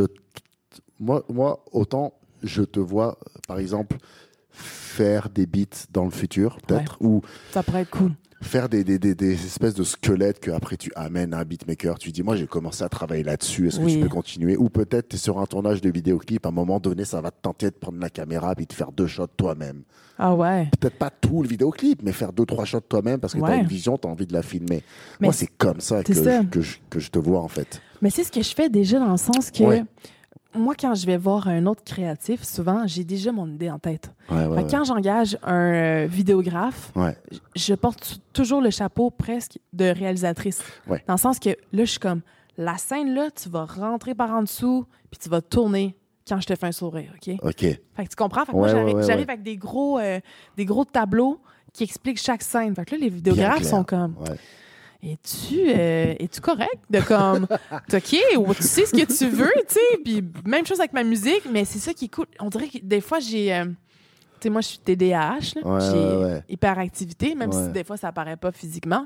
autant je te vois, par exemple, faire des beats dans le futur, peut-être. Ou ça pourrait être cool. Faire des espèces de squelettes qu'après tu amènes à un beatmaker. Tu dis, moi, j'ai commencé à travailler là-dessus. Est-ce que tu peux continuer? Ou peut-être tu es sur un tournage de vidéoclip. À un moment donné, ça va te tenter de prendre la caméra et de faire 2 shots toi-même. Ah ouais. Peut-être pas tout le vidéoclip, mais faire 2-3 shots toi-même parce que tu as une vision, tu as envie de la filmer. Moi, c'est comme ça que je te vois, en fait. Mais c'est ce que je fais déjà dans le sens que moi, quand je vais voir un autre créatif, souvent, j'ai déjà mon idée en tête. Quand j'engage un vidéographe, je porte toujours le chapeau presque de réalisatrice. Dans le sens que là, je suis comme, la scène là, tu vas rentrer par en dessous, puis tu vas tourner quand je te fais un sourire, OK? Fait que tu comprends? Fait que moi, j'arrive avec des gros tableaux qui expliquent chaque scène. Fait que là, les vidéographes sont comme... es-tu correct? De comme, OK, ou tu sais ce que tu veux, tu sais. Puis même chose avec ma musique, mais c'est ça qui est cool. On dirait que des fois, j'ai... tu sais, moi, je suis TDAH, j'ai hyperactivité, même si des fois, ça apparaît pas physiquement.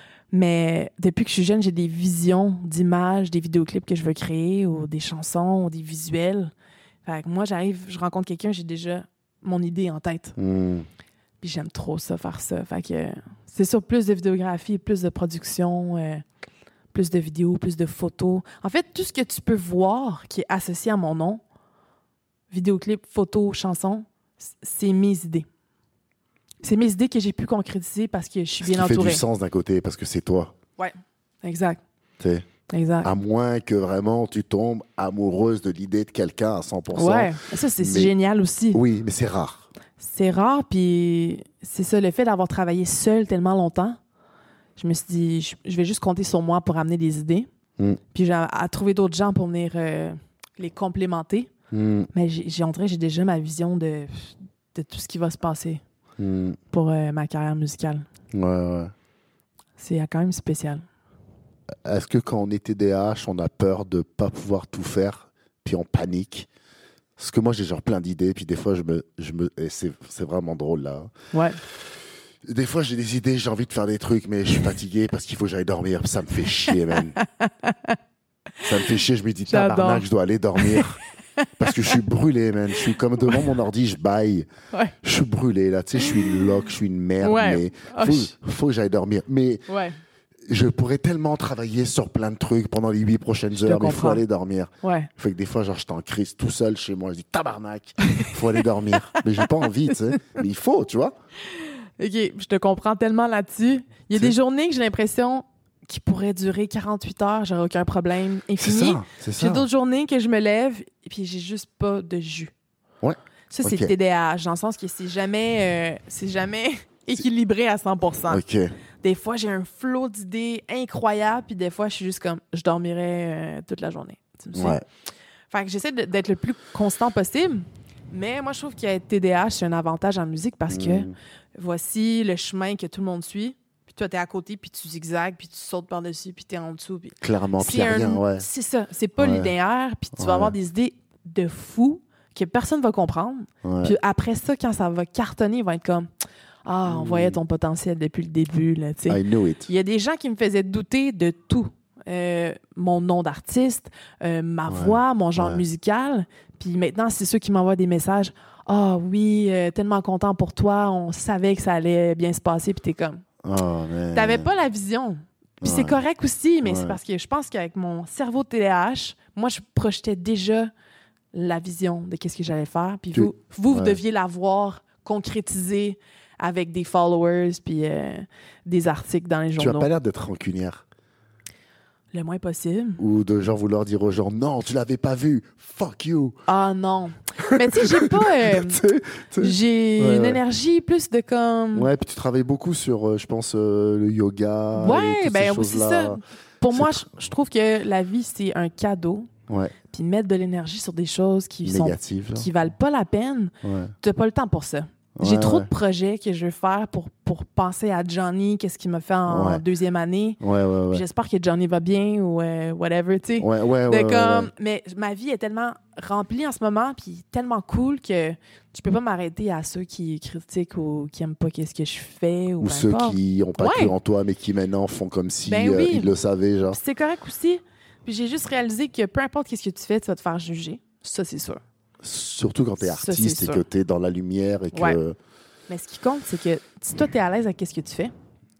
Mais depuis que je suis jeune, j'ai des visions d'images, des vidéoclips que je veux créer, ou des chansons, ou des visuels. Fait que moi, j'arrive, je rencontre quelqu'un, j'ai déjà mon idée en tête. Puis j'aime trop ça, faire ça. Fait que c'est sûr, plus de vidéographie, plus de production, plus de vidéos, plus de photos. En fait, tout ce que tu peux voir qui est associé à mon nom, vidéoclip, photos, chansons, c'est mes idées. C'est mes idées que j'ai pu concrétiser parce que je suis bien entourée. Ça fait du sens d'un côté, parce que c'est toi. Oui, exact. T'sais, exact. À moins que vraiment tu tombes amoureuse de l'idée de quelqu'un à 100%. Ouais, ça, c'est génial aussi. Oui, mais c'est rare. C'est rare, puis c'est ça, le fait d'avoir travaillé seule tellement longtemps, je me suis dit, je vais juste compter sur moi pour amener des idées. Puis j'ai à trouver d'autres gens pour venir les complémenter. Mais j'ai déjà ma vision de tout ce qui va se passer pour ma carrière musicale. Ouais. C'est quand même spécial. Est-ce que quand on est TDAH, on a peur de ne pas pouvoir tout faire, puis on panique? Parce que moi, j'ai genre plein d'idées, puis des fois, et c'est vraiment drôle, là. Ouais. Des fois, j'ai des idées, j'ai envie de faire des trucs, mais je suis fatigué parce qu'il faut que j'aille dormir. Ça me fait chier, man. Ça me fait chier, je me dis, tabarnak, je dois aller dormir. Parce que je suis brûlé, man. Je suis comme devant mon ordi, je baille. Ouais. Je suis brûlé, là. Tu sais, je suis une loque, je suis une merde, mais faut que j'aille dormir. Mais je pourrais tellement travailler sur plein de trucs pendant les 8 prochaines heures, mais il faut aller dormir. Ouais. Fait que des fois, genre, je suis en crise tout seul chez moi. Je dis, tabarnak, il faut aller dormir. Mais j'ai pas envie, tu sais. Mais il faut, tu vois. OK, je te comprends tellement là-dessus. Il y a des journées que j'ai l'impression qui pourraient durer 48 heures, j'aurais aucun problème, infini. C'est ça. J'ai d'autres journées que je me lève et puis j'ai juste pas de jus. Ouais. Ça, c'est le TDAH, dans le sens que c'est jamais équilibré à 100%. OK. Des fois, j'ai un flot d'idées incroyable, puis des fois, je suis juste comme, je dormirais toute la journée. Tu me sais? Fait que j'essaie d'être le plus constant possible, mais moi, je trouve qu'être TDAH, c'est un avantage en musique parce que voici le chemin que tout le monde suit. Puis toi, t'es à côté, puis tu zigzags, puis tu sautes par-dessus, puis t'es en dessous. Puis clairement, puis rien, c'est ça. C'est pas linéaire, puis tu vas avoir des idées de fou que personne va comprendre. Puis après ça, quand ça va cartonner, ils vont être comme « Ah, on voyait ton potentiel depuis le début. » là, tu sais. I knew it. Il y a des gens qui me faisaient douter de tout. Mon nom d'artiste, ma voix, mon genre musical. Puis maintenant, c'est ceux qui m'envoient des messages « Ah oui, tellement content pour toi, on savait que ça allait bien se passer. » Puis t'es comme... Oh, t'avais pas la vision. Puis c'est correct aussi, mais c'est parce que je pense qu'avec mon cerveau TDAH, moi, je projetais déjà la vision de qu'est-ce que j'allais faire. Puis vous deviez la voir concrétiser avec des followers puis des articles dans les journaux. Tu as pas l'air d'être rancunière. Le moins possible. Ou de genre vouloir dire aux gens, non, tu l'avais pas vu, fuck you. Ah non. Mais tu sais, j'ai pas... j'ai une énergie plus de comme... Ouais, puis tu travailles beaucoup sur, je pense, le yoga. Ouais, ben c'est ça. Pour moi, je trouve que la vie, c'est un cadeau. Ouais. Puis mettre de l'énergie sur des choses qui valent pas la peine, t'as pas le temps pour ça. J'ai trop de projets que je veux faire pour penser à Johnny, qu'est-ce qu'il m'a fait en deuxième année. J'espère que Johnny va bien ou whatever, tu sais. Mais ma vie est tellement remplie en ce moment, puis tellement cool que je peux pas m'arrêter à ceux qui critiquent ou qui aiment pas qu'est-ce que je fais. Ou ceux qui ont pas cru en toi, mais qui maintenant font comme si ils le savaient, genre. C'est correct aussi. Puis j'ai juste réalisé que peu importe qu'est-ce que tu fais, tu vas te faire juger. Ça, c'est sûr. Surtout quand tu es artiste et que tu es dans la lumière. Et que... Mais ce qui compte, c'est que si toi, tu es à l'aise avec ce que tu fais,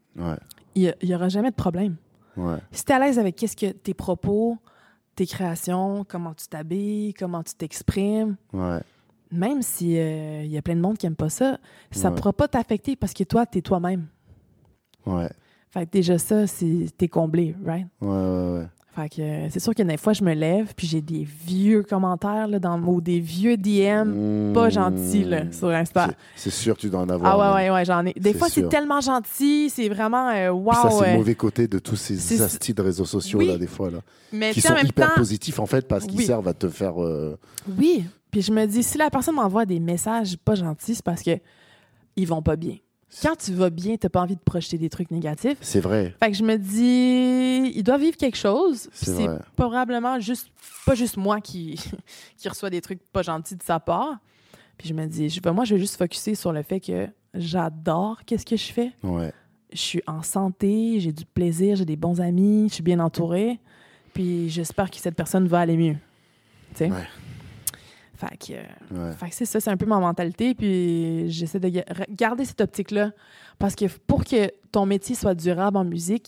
il n'y aura jamais de problème. Si tu es à l'aise avec tes propos, tes créations, comment tu t'habilles, comment tu t'exprimes, même s'il y a plein de monde qui n'aime pas ça, ça ne pourra pas t'affecter parce que toi, tu es toi-même. Fait que déjà ça, t'es comblé, right? Fait que c'est sûr que des fois, je me lève puis j'ai des vieux commentaires là, ou des vieux DM pas gentils là, sur Insta. C'est sûr que tu dois en avoir. Ah ouais, j'en ai. Des fois, c'est tellement gentil, c'est vraiment wow. Puis ça, c'est le mauvais côté de tous ces astis de réseaux sociaux là, des fois là. Mais qui sont hyper positifs en fait parce qu'ils servent à te faire... Oui, puis je me dis, si la personne m'envoie des messages pas gentils, c'est parce que ils vont pas bien. quand tu vas bien, t'as pas envie de projeter des trucs négatifs. C'est vrai. Fait que je me dis, il doit vivre quelque chose. C'est probablement pas juste moi qui reçoit des trucs pas gentils de sa part. Puis je me dis, moi, je vais juste focusser sur le fait que j'adore qu'est-ce que je fais. Ouais. Je suis en santé, j'ai du plaisir, j'ai des bons amis, je suis bien entourée. Puis j'espère que cette personne va aller mieux. Tu sais? Ouais. Fait que c'est ça, c'est un peu ma mentalité. Puis j'essaie de garder cette optique-là. Parce que pour que ton métier soit durable en musique,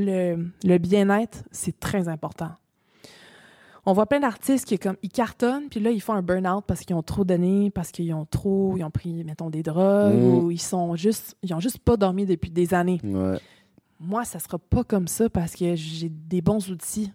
le bien-être, c'est très important. On voit plein d'artistes qui ils cartonnent, puis là, ils font un burn-out parce qu'ils ont trop donné, parce qu'ils ont pris, mettons, des drogues, ou ils ont juste pas dormi depuis des années. Ouais. Moi, ça sera pas comme ça parce que j'ai des bons outils.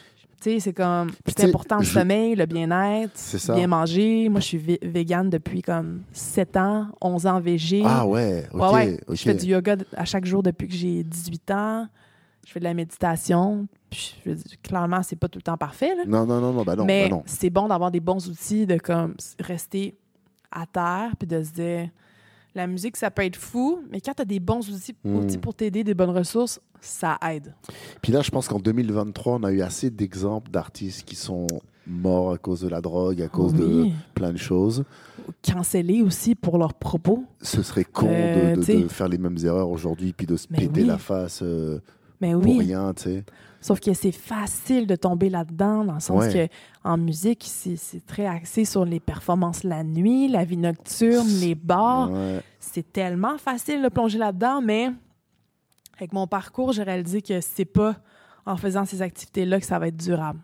Tu sais, c'est important le sommeil, le bien-être, bien manger. Moi, je suis végane depuis comme 7 ans, 11 ans végé. Ah ouais, OK. Ouais. Je fais du yoga à chaque jour depuis que j'ai 18 ans. Je fais de la méditation. Puis, clairement, c'est pas tout le temps parfait. Là. Non, bah non. Mais c'est bon d'avoir des bons outils, de comme rester à terre, puis de se dire, la musique, ça peut être fou, mais quand tu as des bons outils pour t'aider, des bonnes ressources, ça aide. Puis là, je pense qu'en 2023, on a eu assez d'exemples d'artistes qui sont morts à cause de la drogue, à cause de plein de choses. Cancellés aussi pour leurs propos. Ce serait con de faire les mêmes erreurs aujourd'hui, puis de se péter la face pour rien, tu sais. Sauf que c'est facile de tomber là-dedans, dans le sens que en musique, c'est très axé sur les performances la nuit, la vie nocturne, les bars. Ouais. C'est tellement facile de plonger là-dedans, mais avec mon parcours, j'ai réalisé que c'est pas en faisant ces activités-là que ça va être durable.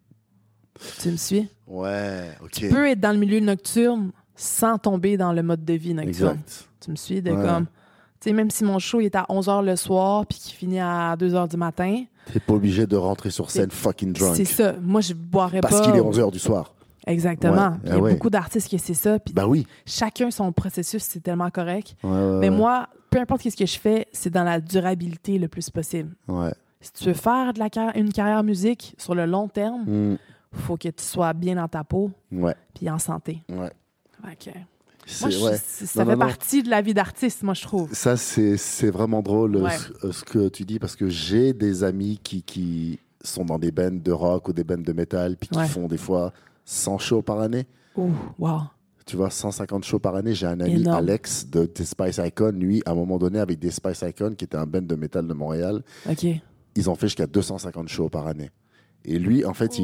Tu me suis? Ouais, OK. Tu peux être dans le milieu nocturne sans tomber dans le mode de vie nocturne. Exact. Tu me suis? Comme... Tu sais, même si mon show est à 11h le soir puis qu'il finit à 2h du matin... T'es pas obligé de rentrer sur scène fucking drunk. C'est ça. Moi, je boirais pas... Parce qu'il est 11h du soir. Exactement. Il y a beaucoup d'artistes que c'est ça. Puis chacun son processus, c'est tellement correct. Mais moi, peu importe ce que je fais, c'est dans la durabilité le plus possible. Ouais. Si tu veux faire une carrière musique sur le long terme, faut que tu sois bien dans ta peau puis en santé. Ouais. OK. Ça fait partie de la vie d'artiste, moi, je trouve. Ça, c'est vraiment drôle ce que tu dis, parce que j'ai des amis qui sont dans des bands de rock ou des bands de métal, puis qui font des fois 100 shows par année. Oh, wow. Tu vois, 150 shows par année. J'ai un ami, Alex, de The Spice Icon. Lui, à un moment donné, avec des Spice Icon, qui était un band de métal de Montréal, ils ont fait jusqu'à 250 shows par année. Et lui, en fait,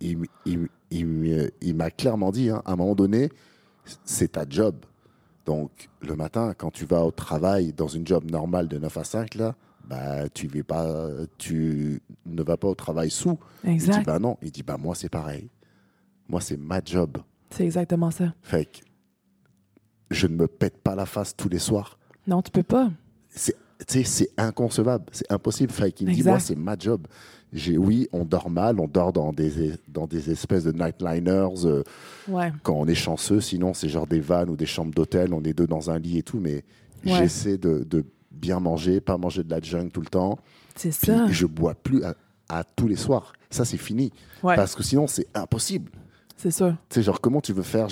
il m'a clairement dit, à un moment donné, c'est ta job. Donc, le matin, quand tu vas au travail dans une job normale de 9 à 5, là, bah, tu ne vas pas au travail sous. Exact. Il dit, bah non. Il dit, bah moi, c'est pareil. Moi, c'est ma job. C'est exactement ça. Fait que je ne me pète pas la face tous les soirs. Non, tu peux pas. C'est inconcevable. C'est impossible. Fait qu'il me dit, moi, c'est ma job. On dort mal, on dort dans des espèces de nightliners quand on est chanceux. Sinon, c'est genre des vannes ou des chambres d'hôtel. On est deux dans un lit et tout, mais j'essaie de bien manger, pas manger de la junk tout le temps. C'est ça. Je bois plus à tous les soirs. Ça, c'est fini. Ouais. Parce que sinon, c'est impossible. C'est ça. Tu sais, genre, comment tu veux faire,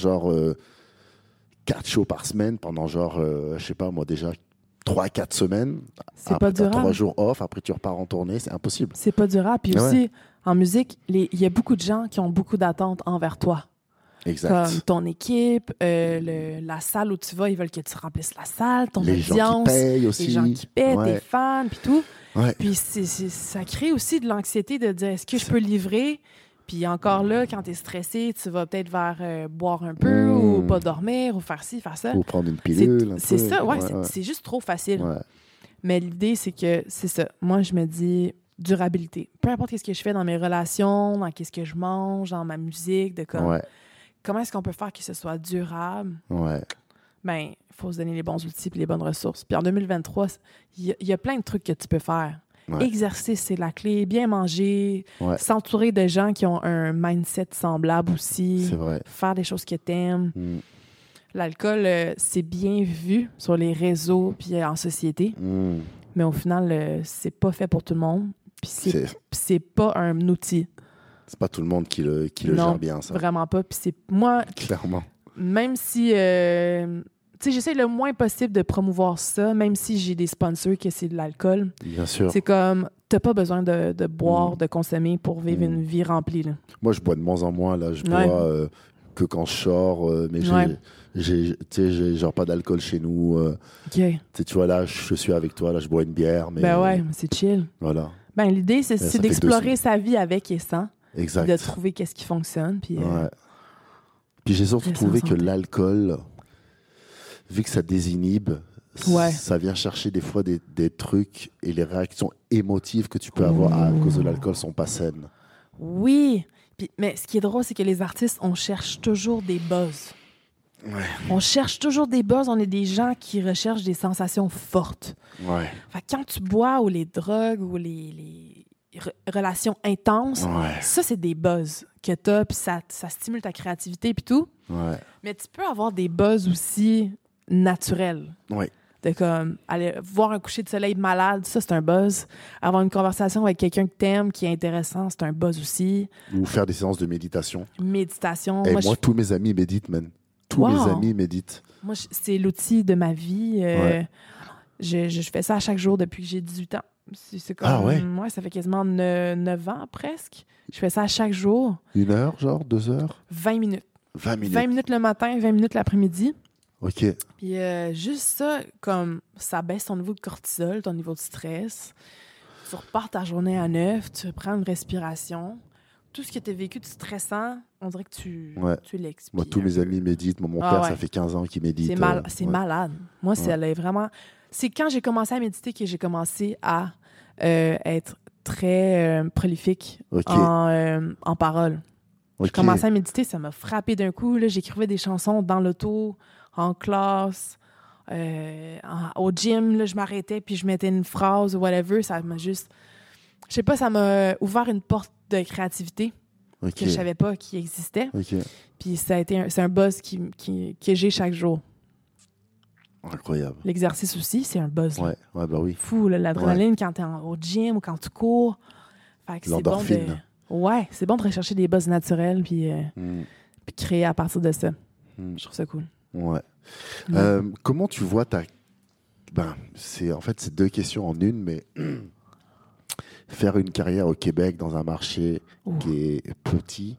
4 shows par semaine pendant, je sais pas, moi, déjà 3-4 semaines. C'est pas durable. 3 jours off, après tu repars en tournée, c'est impossible. C'est pas durable. Puis aussi, en musique, il y a beaucoup de gens qui ont beaucoup d'attentes envers toi. Exact. Comme ton équipe, la salle où tu vas, ils veulent que tu remplisses la salle, ton audience. Les gens qui payent aussi. Les gens qui paient, tes fans, puis tout. Ouais. Puis ça crée aussi de l'anxiété de dire, est-ce que je peux livrer? Puis encore là, quand tu es stressé, tu vas peut-être vers boire un peu ou pas dormir ou faire ci, faire ça. Ou prendre une pilule. C'est ça, c'est juste trop facile. Ouais. Mais l'idée, c'est que c'est ça. Moi, je me dis durabilité. Peu importe ce que je fais dans mes relations, dans ce que je mange, dans ma musique, comment est-ce qu'on peut faire que ce soit durable? Ben, il faut se donner les bons outils et les bonnes ressources. Puis en 2023, il y a plein de trucs que tu peux faire. Ouais. Exercice, c'est la clé. Bien manger. Ouais. S'entourer de gens qui ont un mindset semblable aussi. C'est vrai. Faire des choses que t'aimes. L'alcool, c'est bien vu sur les réseaux puis en société. Mais au final, c'est pas fait pour tout le monde. Puis c'est pas un outil. C'est pas tout le monde qui le gère bien, ça. Vraiment pas. Puis moi... Clairement. Même si... j'essaie le moins possible de promouvoir ça, même si j'ai des sponsors que c'est de l'alcool. Bien sûr. C'est comme, t'as pas besoin de boire, de consommer pour vivre une vie remplie. Là. Moi, je bois de moins en moins. Là. Je bois que quand je sors, mais j'ai genre pas d'alcool chez nous. Tu vois, là, je suis avec toi, là, je bois une bière. Mais, c'est chill. Voilà. L'idée, c'est d'explorer sa vie avec et sans. Exact. De trouver qu'est-ce qui fonctionne. Puis, puis j'ai surtout trouvé que l'alcool, vu que ça désinhibe, ça vient chercher des fois des trucs et les réactions émotives que tu peux avoir à cause de l'alcool sont pas saines. Oui. Mais ce qui est drôle, c'est que les artistes, on cherche toujours des buzz. Ouais. On cherche toujours des buzz. On est des gens qui recherchent des sensations fortes. Ouais. Fait que quand tu bois ou les drogues ou les relations intenses, ça, c'est des buzz que tu as, puis ça stimule ta créativité puis tout. Ouais. Mais tu peux avoir des buzz aussi naturels. Oui. De comme aller voir un coucher de soleil malade, ça, c'est un buzz. Avoir une conversation avec quelqu'un que t'aimes, qui est intéressant, c'est un buzz aussi. Ou faire des séances de méditation. Méditation. Et moi, tous mes amis méditent, man. Tous mes amis méditent. Moi, c'est l'outil de ma vie. Je fais ça à chaque jour depuis que j'ai 18 ans. C'est comme, ça fait quasiment 9 ans presque. Je fais ça à chaque jour. 1 heure, genre 2 heures? 20 minutes. 20 minutes. 20 minutes le matin, 20 minutes l'après-midi. OK. Puis juste ça, comme ça baisse ton niveau de cortisol, ton niveau de stress. Tu repars ta journée à neuf, tu prends une respiration. Tout ce que tu as vécu de stressant, on dirait que tu l'expires. Moi, tous mes amis méditent. Mon père, ça fait 15 ans qu'il médite. C'est malade. Moi, c'est vraiment... C'est quand j'ai commencé à méditer que j'ai commencé à être très prolifique en paroles. J'ai commencé à méditer, ça m'a frappé d'un coup. Là, j'écrivais des chansons dans l'auto, en classe, au gym. Là, je m'arrêtais puis je mettais une phrase ou whatever. Ça m'a juste... Je sais pas, ça m'a ouvert une porte de créativité que je savais pas qui existait. Puis c'est un buzz que j'ai chaque jour. Incroyable. L'exercice aussi, c'est un buzz. Ouais, bah oui. Fou, l'adrénaline quand t'es au gym ou quand tu cours. Fait que l'endorphine. C'est bon de rechercher des buzz naturels puis créer à partir de ça. Je trouve ça cool. Ouais. Comment tu vois c'est 2 questions en une, mais faire une carrière au Québec dans un marché qui est petit,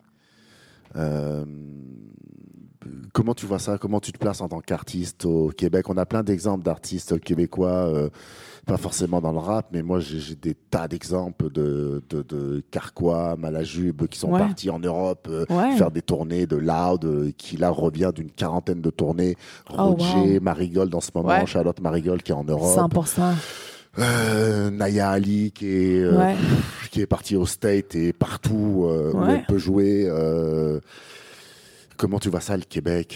comment tu vois ça? Comment tu te places en tant qu'artiste au Québec? On a plein d'exemples d'artistes québécois, pas forcément dans le rap, mais moi j'ai des tas d'exemples de Carquois, Malajube qui sont partis en Europe faire des tournées de Loud, qui là revient d'une 40aine de tournées. Roger, Marigold en ce moment, Charlotte Marigold qui est en Europe. 100%. Naya Ali qui est partie au State et partout où elle peut jouer. Comment tu vois ça, le Québec?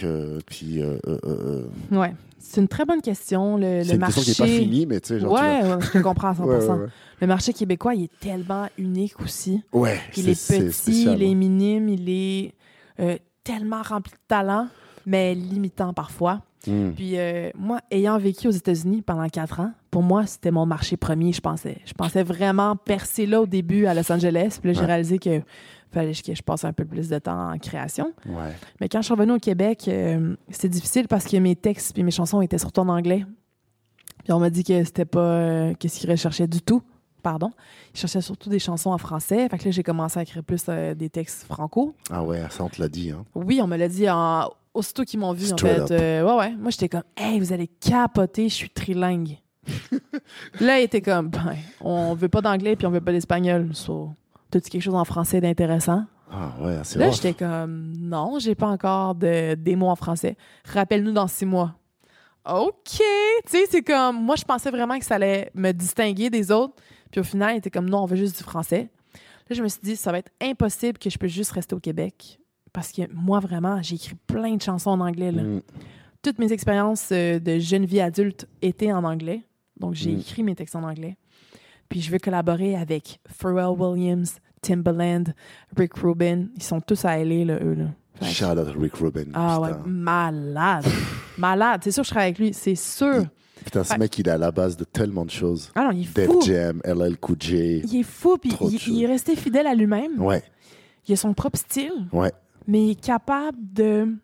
C'est une très bonne question. C'est une question qui n'est pas finie, mais tu sais, je te comprends à 100%. Le marché québécois, il est tellement unique aussi. Il est petit, spécial, il est minime, il est tellement rempli de talent, mais limitant parfois. Puis moi, ayant vécu aux États-Unis pendant 4 ans, pour moi, c'était mon marché premier, je pensais. Je pensais vraiment percer là au début à Los Angeles. Puis là, j'ai réalisé que fallait que je passe un peu plus de temps en création. Mais quand je suis revenue au Québec, c'était difficile parce que mes textes et mes chansons étaient surtout en anglais. Puis on m'a dit que c'était pas qu'est-ce qu'ils recherchaient du tout. Pardon. Ils cherchaient surtout des chansons en français. Fait que là, j'ai commencé à écrire plus des textes franco. Ah ouais, ça, on te l'a dit, hein? Oui, on me l'a dit aussitôt qu'ils m'ont vu, Straight en fait. Moi, j'étais comme, hey, vous allez capoter, je suis trilingue. Là, il était comme, on veut pas d'anglais puis on veut pas d'espagnol. T'as-tu quelque chose en français d'intéressant? Ah ouais, c'est Là, j'étais comme, non, j'ai pas encore des mots en français. Rappelle-nous dans 6 mois. OK! Tu sais, c'est comme, moi, je pensais vraiment que ça allait me distinguer des autres. Puis au final, il était comme, non, on veut juste du français. Là, je me suis dit, ça va être impossible que je puisse juste rester au Québec. Parce que moi, vraiment, j'ai écrit plein de chansons en anglais. Là. Toutes mes expériences de jeune vie adulte étaient en anglais. Donc, j'ai écrit mes textes en anglais. Puis, je veux collaborer avec Pharrell Williams, Timbaland, Rick Rubin. Ils sont tous à LA, là, eux. Là. Shout out Rick Rubin. Ah ouais, malade. Malade. C'est sûr que je travaille avec lui. C'est sûr. Putain, ce mec, il est à la base de tellement de choses. Ah non, il est fou. Def Jam, LL Cool J. Il est fou. Puis, il est resté fidèle à lui-même. Ouais. Il a son propre style. Ouais. Mais il est capable de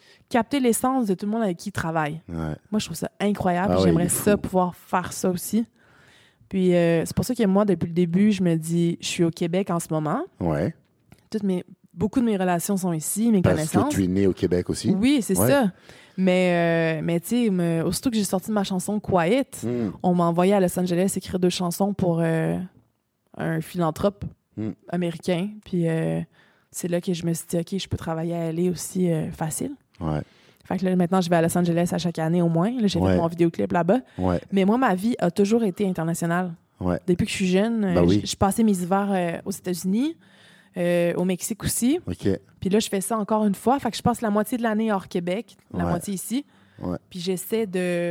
capter l'essence de tout le monde avec qui il travaille. Ouais. Moi, je trouve ça incroyable. J'aimerais ça pouvoir faire ça aussi. Puis c'est pour ça que moi, depuis le début, je me dis, je suis au Québec en ce moment. Ouais. Beaucoup de mes relations sont ici, mes connaissances. Parce que tu es né au Québec aussi. Oui, c'est ça. Mais tu sais, aussitôt que j'ai sorti ma chanson Quiet, on m'a envoyé à Los Angeles écrire 2 chansons pour un philanthrope américain. Puis c'est là que je me suis dit, OK, je peux travailler à LA aussi facile. Ouais. Fait que là, maintenant, je vais à Los Angeles à chaque année au moins. Là, j'ai fait mon vidéoclip là-bas. Ouais. Mais moi, ma vie a toujours été internationale. Ouais. Depuis que je suis jeune, je passais mes hivers aux États-Unis, au Mexique aussi. Okay. Puis là, je fais ça encore une fois. Fait que je passe la moitié de l'année hors Québec, la moitié ici. Ouais. Puis j'essaie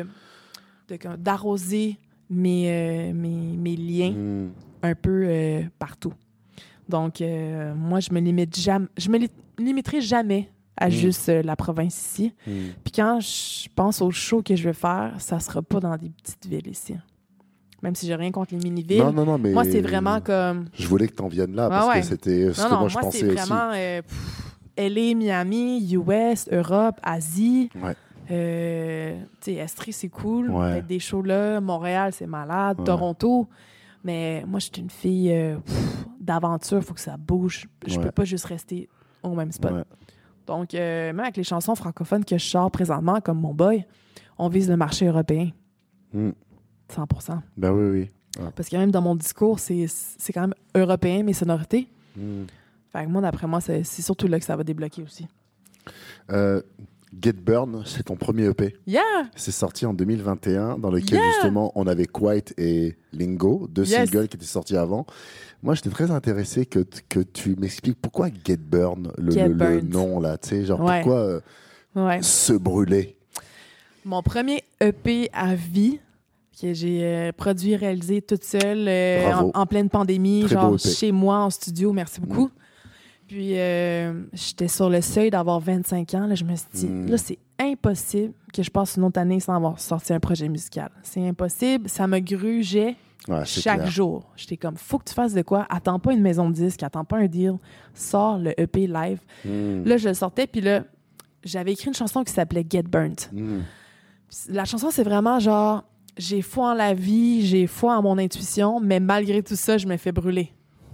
d'arroser mes liens un peu partout. Donc, moi, je me limiterai jamais à juste la province ici. Puis quand je pense au show que je veux faire, ça sera pas dans des petites villes ici. Même si j'ai rien contre les mini-villes. Non, mais moi, c'est vraiment comme... Je voulais que tu en viennes là, parce que c'était ce que moi, je pensais aussi. Non, moi, c'est vraiment LA, Miami, US, Europe, Asie. Ouais. Tu sais, Estrie, c'est cool. Peut-être des shows là. Montréal, c'est malade. Toronto. Mais moi, je suis une fille d'aventure. Il faut que ça bouge. Je peux pas juste rester au même spot. Ouais. Donc, même avec les chansons francophones que je sors présentement, comme Mon Boy, on vise le marché européen. 100%. Ben oui. Ouais. Parce que même dans mon discours, c'est quand même européen, mes sonorités. Fait que moi, d'après moi, c'est surtout là que ça va débloquer aussi. Get Burn, c'est ton premier EP. Yeah! C'est sorti en 2021, dans lequel justement on avait Quiet et Lingo, 2 singles qui étaient sortis avant. Moi, j'étais très intéressé que tu m'expliques pourquoi Get Burn, le nom là, tu sais, genre pourquoi se brûler. Mon premier EP à vie que j'ai produit et réalisé toute seule en pleine pandémie, très genre chez moi en studio, merci beaucoup. Puis j'étais sur le seuil d'avoir 25 ans. Là, je me suis dit, là, c'est impossible que je passe une autre année sans avoir sorti un projet musical. C'est impossible. Ça me grugeait chaque jour. J'étais comme, faut que tu fasses de quoi? Attends pas une maison de disques, attends pas un deal. Sors le EP live. Là, je le sortais, puis là, j'avais écrit une chanson qui s'appelait Get Burnt. La chanson, c'est vraiment genre, j'ai foi en la vie, j'ai foi en mon intuition, mais malgré tout ça, je me fais brûler.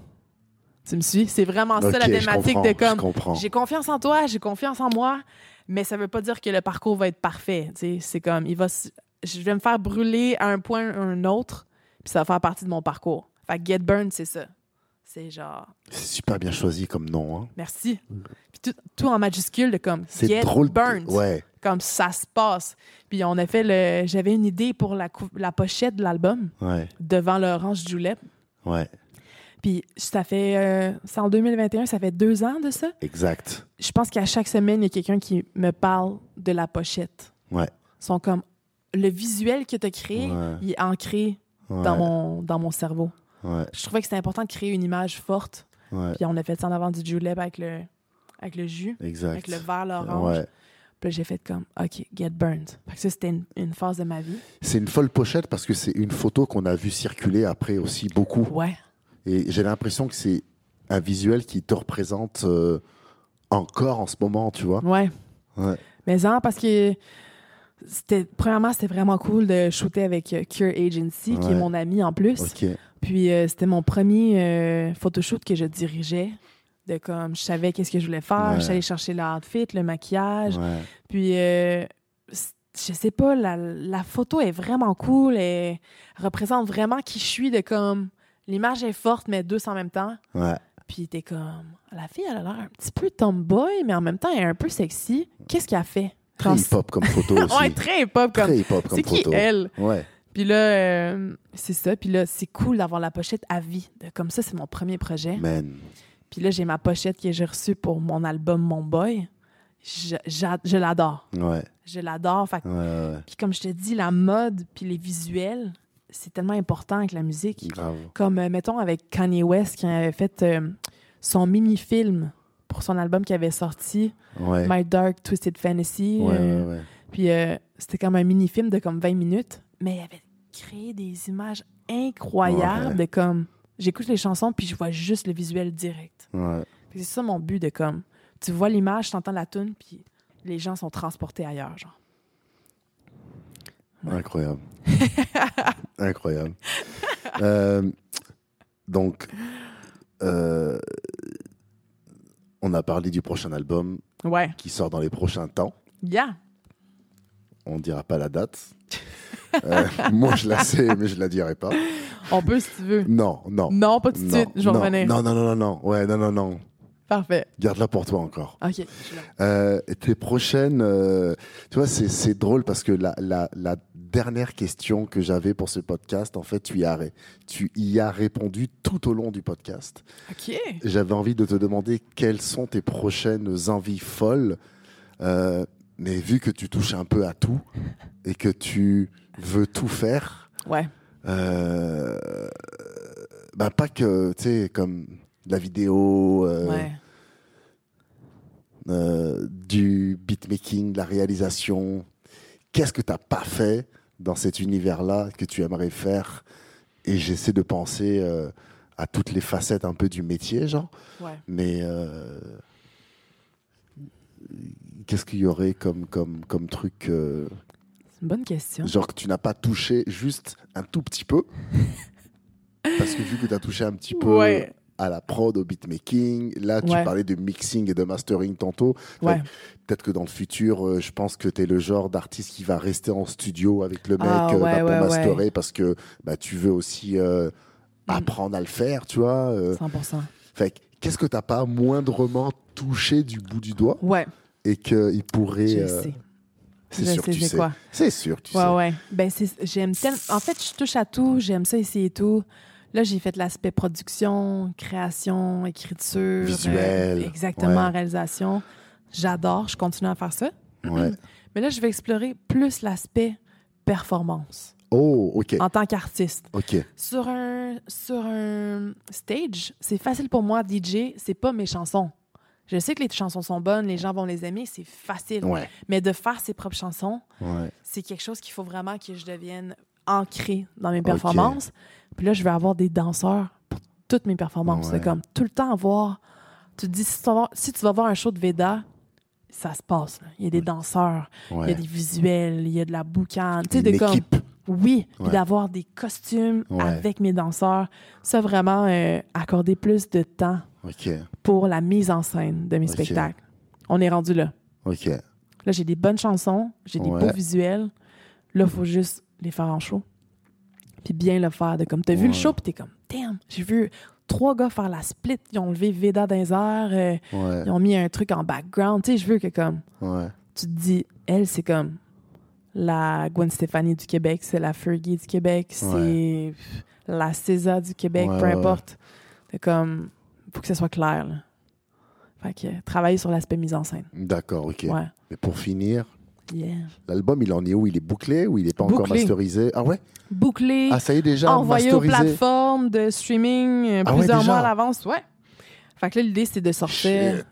Tu me suis? C'est vraiment ça la thématique de comme j'ai confiance en toi, j'ai confiance en moi, mais ça veut pas dire que le parcours va être parfait. C'est comme je vais me faire brûler à un point ou un autre, puis ça va faire partie de mon parcours. Fait que Get Burned, c'est ça. C'est genre. C'est super bien choisi comme nom. Hein? Merci. Puis tout en majuscule de comme c'est Get drôle, Burned. Ouais. Comme ça se passe. Puis on a fait j'avais une idée pour la pochette de l'album devant l'orange julep. Ouais. Puis ça fait... c'est en 2021, ça fait 2 ans de ça. Exact. Je pense qu'à chaque semaine, il y a quelqu'un qui me parle de la pochette. Ouais. Ils sont comme... Le visuel que tu as créé, il est ancré dans mon cerveau. Ouais. Je trouvais que c'était important de créer une image forte. Ouais. Puis on a fait ça en avant du julep avec le jus. Exact. Avec le vert, l'orange. Ouais. Puis j'ai fait comme, OK, Get Burned. Fait que ça, c'était une phase de ma vie. C'est une folle pochette parce que c'est une photo qu'on a vue circuler après aussi beaucoup. Ouais. Et j'ai l'impression que c'est un visuel qui te représente encore en ce moment, tu vois. Ouais. Mais non, parce que premièrement, c'était vraiment cool de shooter avec Cure Agency, qui est mon ami en plus. Okay. Puis c'était mon premier photoshoot que je dirigeais. De comme, je savais qu'est-ce que je voulais faire. Je suis allée chercher l'outfit, le maquillage. Puis je sais pas, la photo est vraiment cool. Elle représente vraiment qui je suis de comme... L'image est forte, mais douce en même temps. Ouais. Puis t'es comme... La fille, elle a l'air un petit peu tomboy, mais en même temps, elle est un peu sexy. Qu'est-ce qu'elle fait? Très hip-hop comme photo aussi. Ouais, très hip-hop comme photo. C'est qui, elle? Ouais. Puis là, c'est ça. Puis là, c'est cool d'avoir la pochette à vie. Comme ça, c'est mon premier projet. Man. Puis là, j'ai ma pochette que j'ai reçue pour mon album Mon Boy. Je l'adore. Ouais. Je l'adore. Fait... Puis comme je te dis, la mode puis les visuels... C'est tellement important avec la musique. Grave. Comme, mettons, avec Kanye West, qui avait fait son mini-film pour son album qui avait sorti, My Dark Twisted Fantasy. Puis c'était comme un mini-film de comme 20 minutes, mais il avait créé des images incroyables de comme... J'écoute les chansons, puis je vois juste le visuel direct. Puis c'est ça mon but de comme... Tu vois l'image, tu entends la tune, puis les gens sont transportés ailleurs, genre. Ouais. Incroyable. Incroyable. Donc, on a parlé du prochain album qui sort dans les prochains temps. Yeah. On ne dira pas la date. Moi, je la sais, mais je ne la dirai pas. On peut, si tu veux. Non. Non, pas tout de suite. Je vais revenir. Non. Ouais, non. Parfait. Garde-la pour toi encore. OK, je suis là. Tes prochaines... tu vois, c'est drôle parce que la dernière question que j'avais pour ce podcast, en fait, tu y as répondu tout au long du podcast. OK. J'avais envie de te demander quelles sont tes prochaines envies folles. Mais vu que tu touches un peu à tout et que tu veux tout faire... Ouais. Pas que, tu sais, comme de la vidéo, du beatmaking, de la réalisation. Qu'est-ce que tu n'as pas fait dans cet univers-là que tu aimerais faire? Et j'essaie de penser à toutes les facettes un peu du métier, genre. Ouais. Mais qu'est-ce qu'il y aurait comme truc C'est une bonne question. Genre que tu n'as pas touché juste un tout petit peu. Parce que vu que tu as touché un petit peu à la prod, au beatmaking, là tu parlais de mixing et de mastering tantôt. Peut-être que dans le futur, je pense que tu es le genre d'artiste qui va rester en studio avec le mec pour masterer parce que tu veux aussi apprendre à le faire, tu vois. 100%. Fait qu'est-ce que tu n'as pas moindrement touché du bout du doigt et qu'il pourrait... Je sais. C'est sûr que tu sais. Quoi. C'est sûr que tu sais. Ouais. Ben, j'aime tellement... En fait, je touche à tout. J'aime ça, essayer tout. Là, j'ai fait l'aspect production, création, écriture. Visuel. Exactement, réalisation. J'adore. Je continue à faire ça. Ouais. Mais là, je vais explorer plus l'aspect performance. Oh, OK. En tant qu'artiste. OK. Sur un stage, c'est facile pour moi, DJ, c'est pas mes chansons. Je sais que les chansons sont bonnes, les gens vont les aimer, c'est facile. Ouais. Mais de faire ses propres chansons, c'est quelque chose qu'il faut vraiment que je devienne ancrée dans mes performances. Okay. Puis là, je vais avoir des danseurs pour toutes mes performances. C'est comme tout le temps avoir... Tu te dis, si tu vas voir un show de Veda, ça se passe. Là. Il y a des danseurs, il y a des visuels, il y a de la boucane. Une équipe. Oui, puis d'avoir des costumes avec mes danseurs. Ça, vraiment, accorder plus de temps pour la mise en scène de mes spectacles. On est rendu là. OK. Là, j'ai des bonnes chansons, j'ai des beaux visuels. Là, il faut juste les faire en show. Puis bien le faire. Comme, t'as vu le show, puis t'es comme, damn, j'ai vu 3 gars faire la split. Ils ont levé Veda dans les airs. Ils ont mis un truc en background. Tu sais, je veux que comme, tu te dis, elle, c'est comme la Gwen Stefani du Québec, c'est la Fergie du Québec, c'est la César du Québec, peu importe. C'est comme, faut que ça soit clair. Là. Fait que travailler sur l'aspect mise en scène. D'accord, OK. Mais pour finir, l'album, il en est où? Il est bouclé ou il n'est pas encore masterisé? Ah ouais? Bouclé. Ah, ça y est déjà envoyé masterisé. aux plateformes de streaming plusieurs mois à l'avance. Ouais. Fait que là, l'idée, c'est de sortir.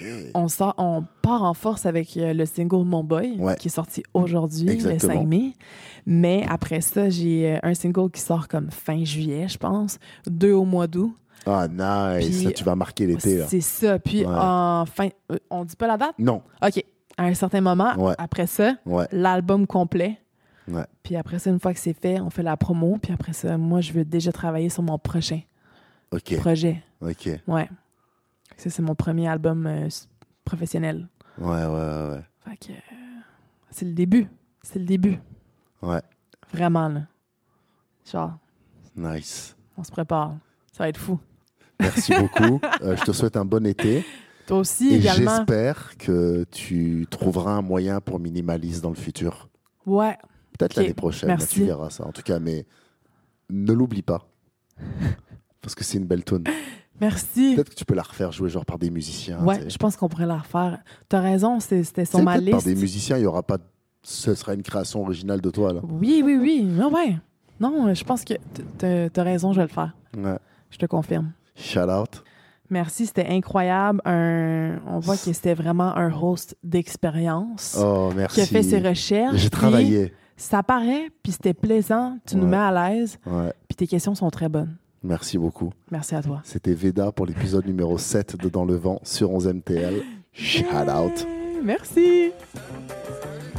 On part en force avec le single Mon Boy, qui est sorti aujourd'hui, le 5 mai. Mais après ça, j'ai un single qui sort comme fin juillet, je pense. 2 au mois d'août. Ah, nice. Puis, là, tu vas marquer l'été. Là. C'est ça. Puis en fin... on dit pas la date? Non. OK. À un certain moment, après ça, l'album complet. Puis après ça, une fois que c'est fait, on fait la promo. Puis après ça, moi, je veux déjà travailler sur mon prochain projet. OK. Ouais. Ça, c'est mon premier album professionnel. Ouais. Fait que c'est le début. C'est le début. Ouais. Vraiment, là. Genre. Nice. On se prépare. Ça va être fou. Merci beaucoup. Je te souhaite un bon été. Toi aussi, et également. J'espère que tu trouveras un moyen pour Minimaliste dans le futur. Ouais. Peut-être l'année prochaine. Là, tu verras ça. En tout cas, mais ne l'oublie pas. Parce que c'est une belle tune. Merci. Peut-être que tu peux la refaire jouer genre par des musiciens. Ouais, je pense qu'on pourrait la refaire. T'as raison, c'était sur ma liste. Par des musiciens, il y aura pas... Ce sera une création originale de toi, là. Oui. Ouais. Non, je pense que t'as raison, je vais le faire. Ouais. Je te confirme. Shout out. Merci, c'était incroyable. On voit que c'était vraiment un host d'expérience. Oh, merci. Qui a fait ses recherches. J'ai travaillé. Ça paraît, puis c'était plaisant. Tu nous mets à l'aise. Ouais. Puis tes questions sont très bonnes. Merci beaucoup. Merci à toi. C'était Veda pour l'épisode numéro 7 de Dans le vent sur 11MTL. Shout out. Merci.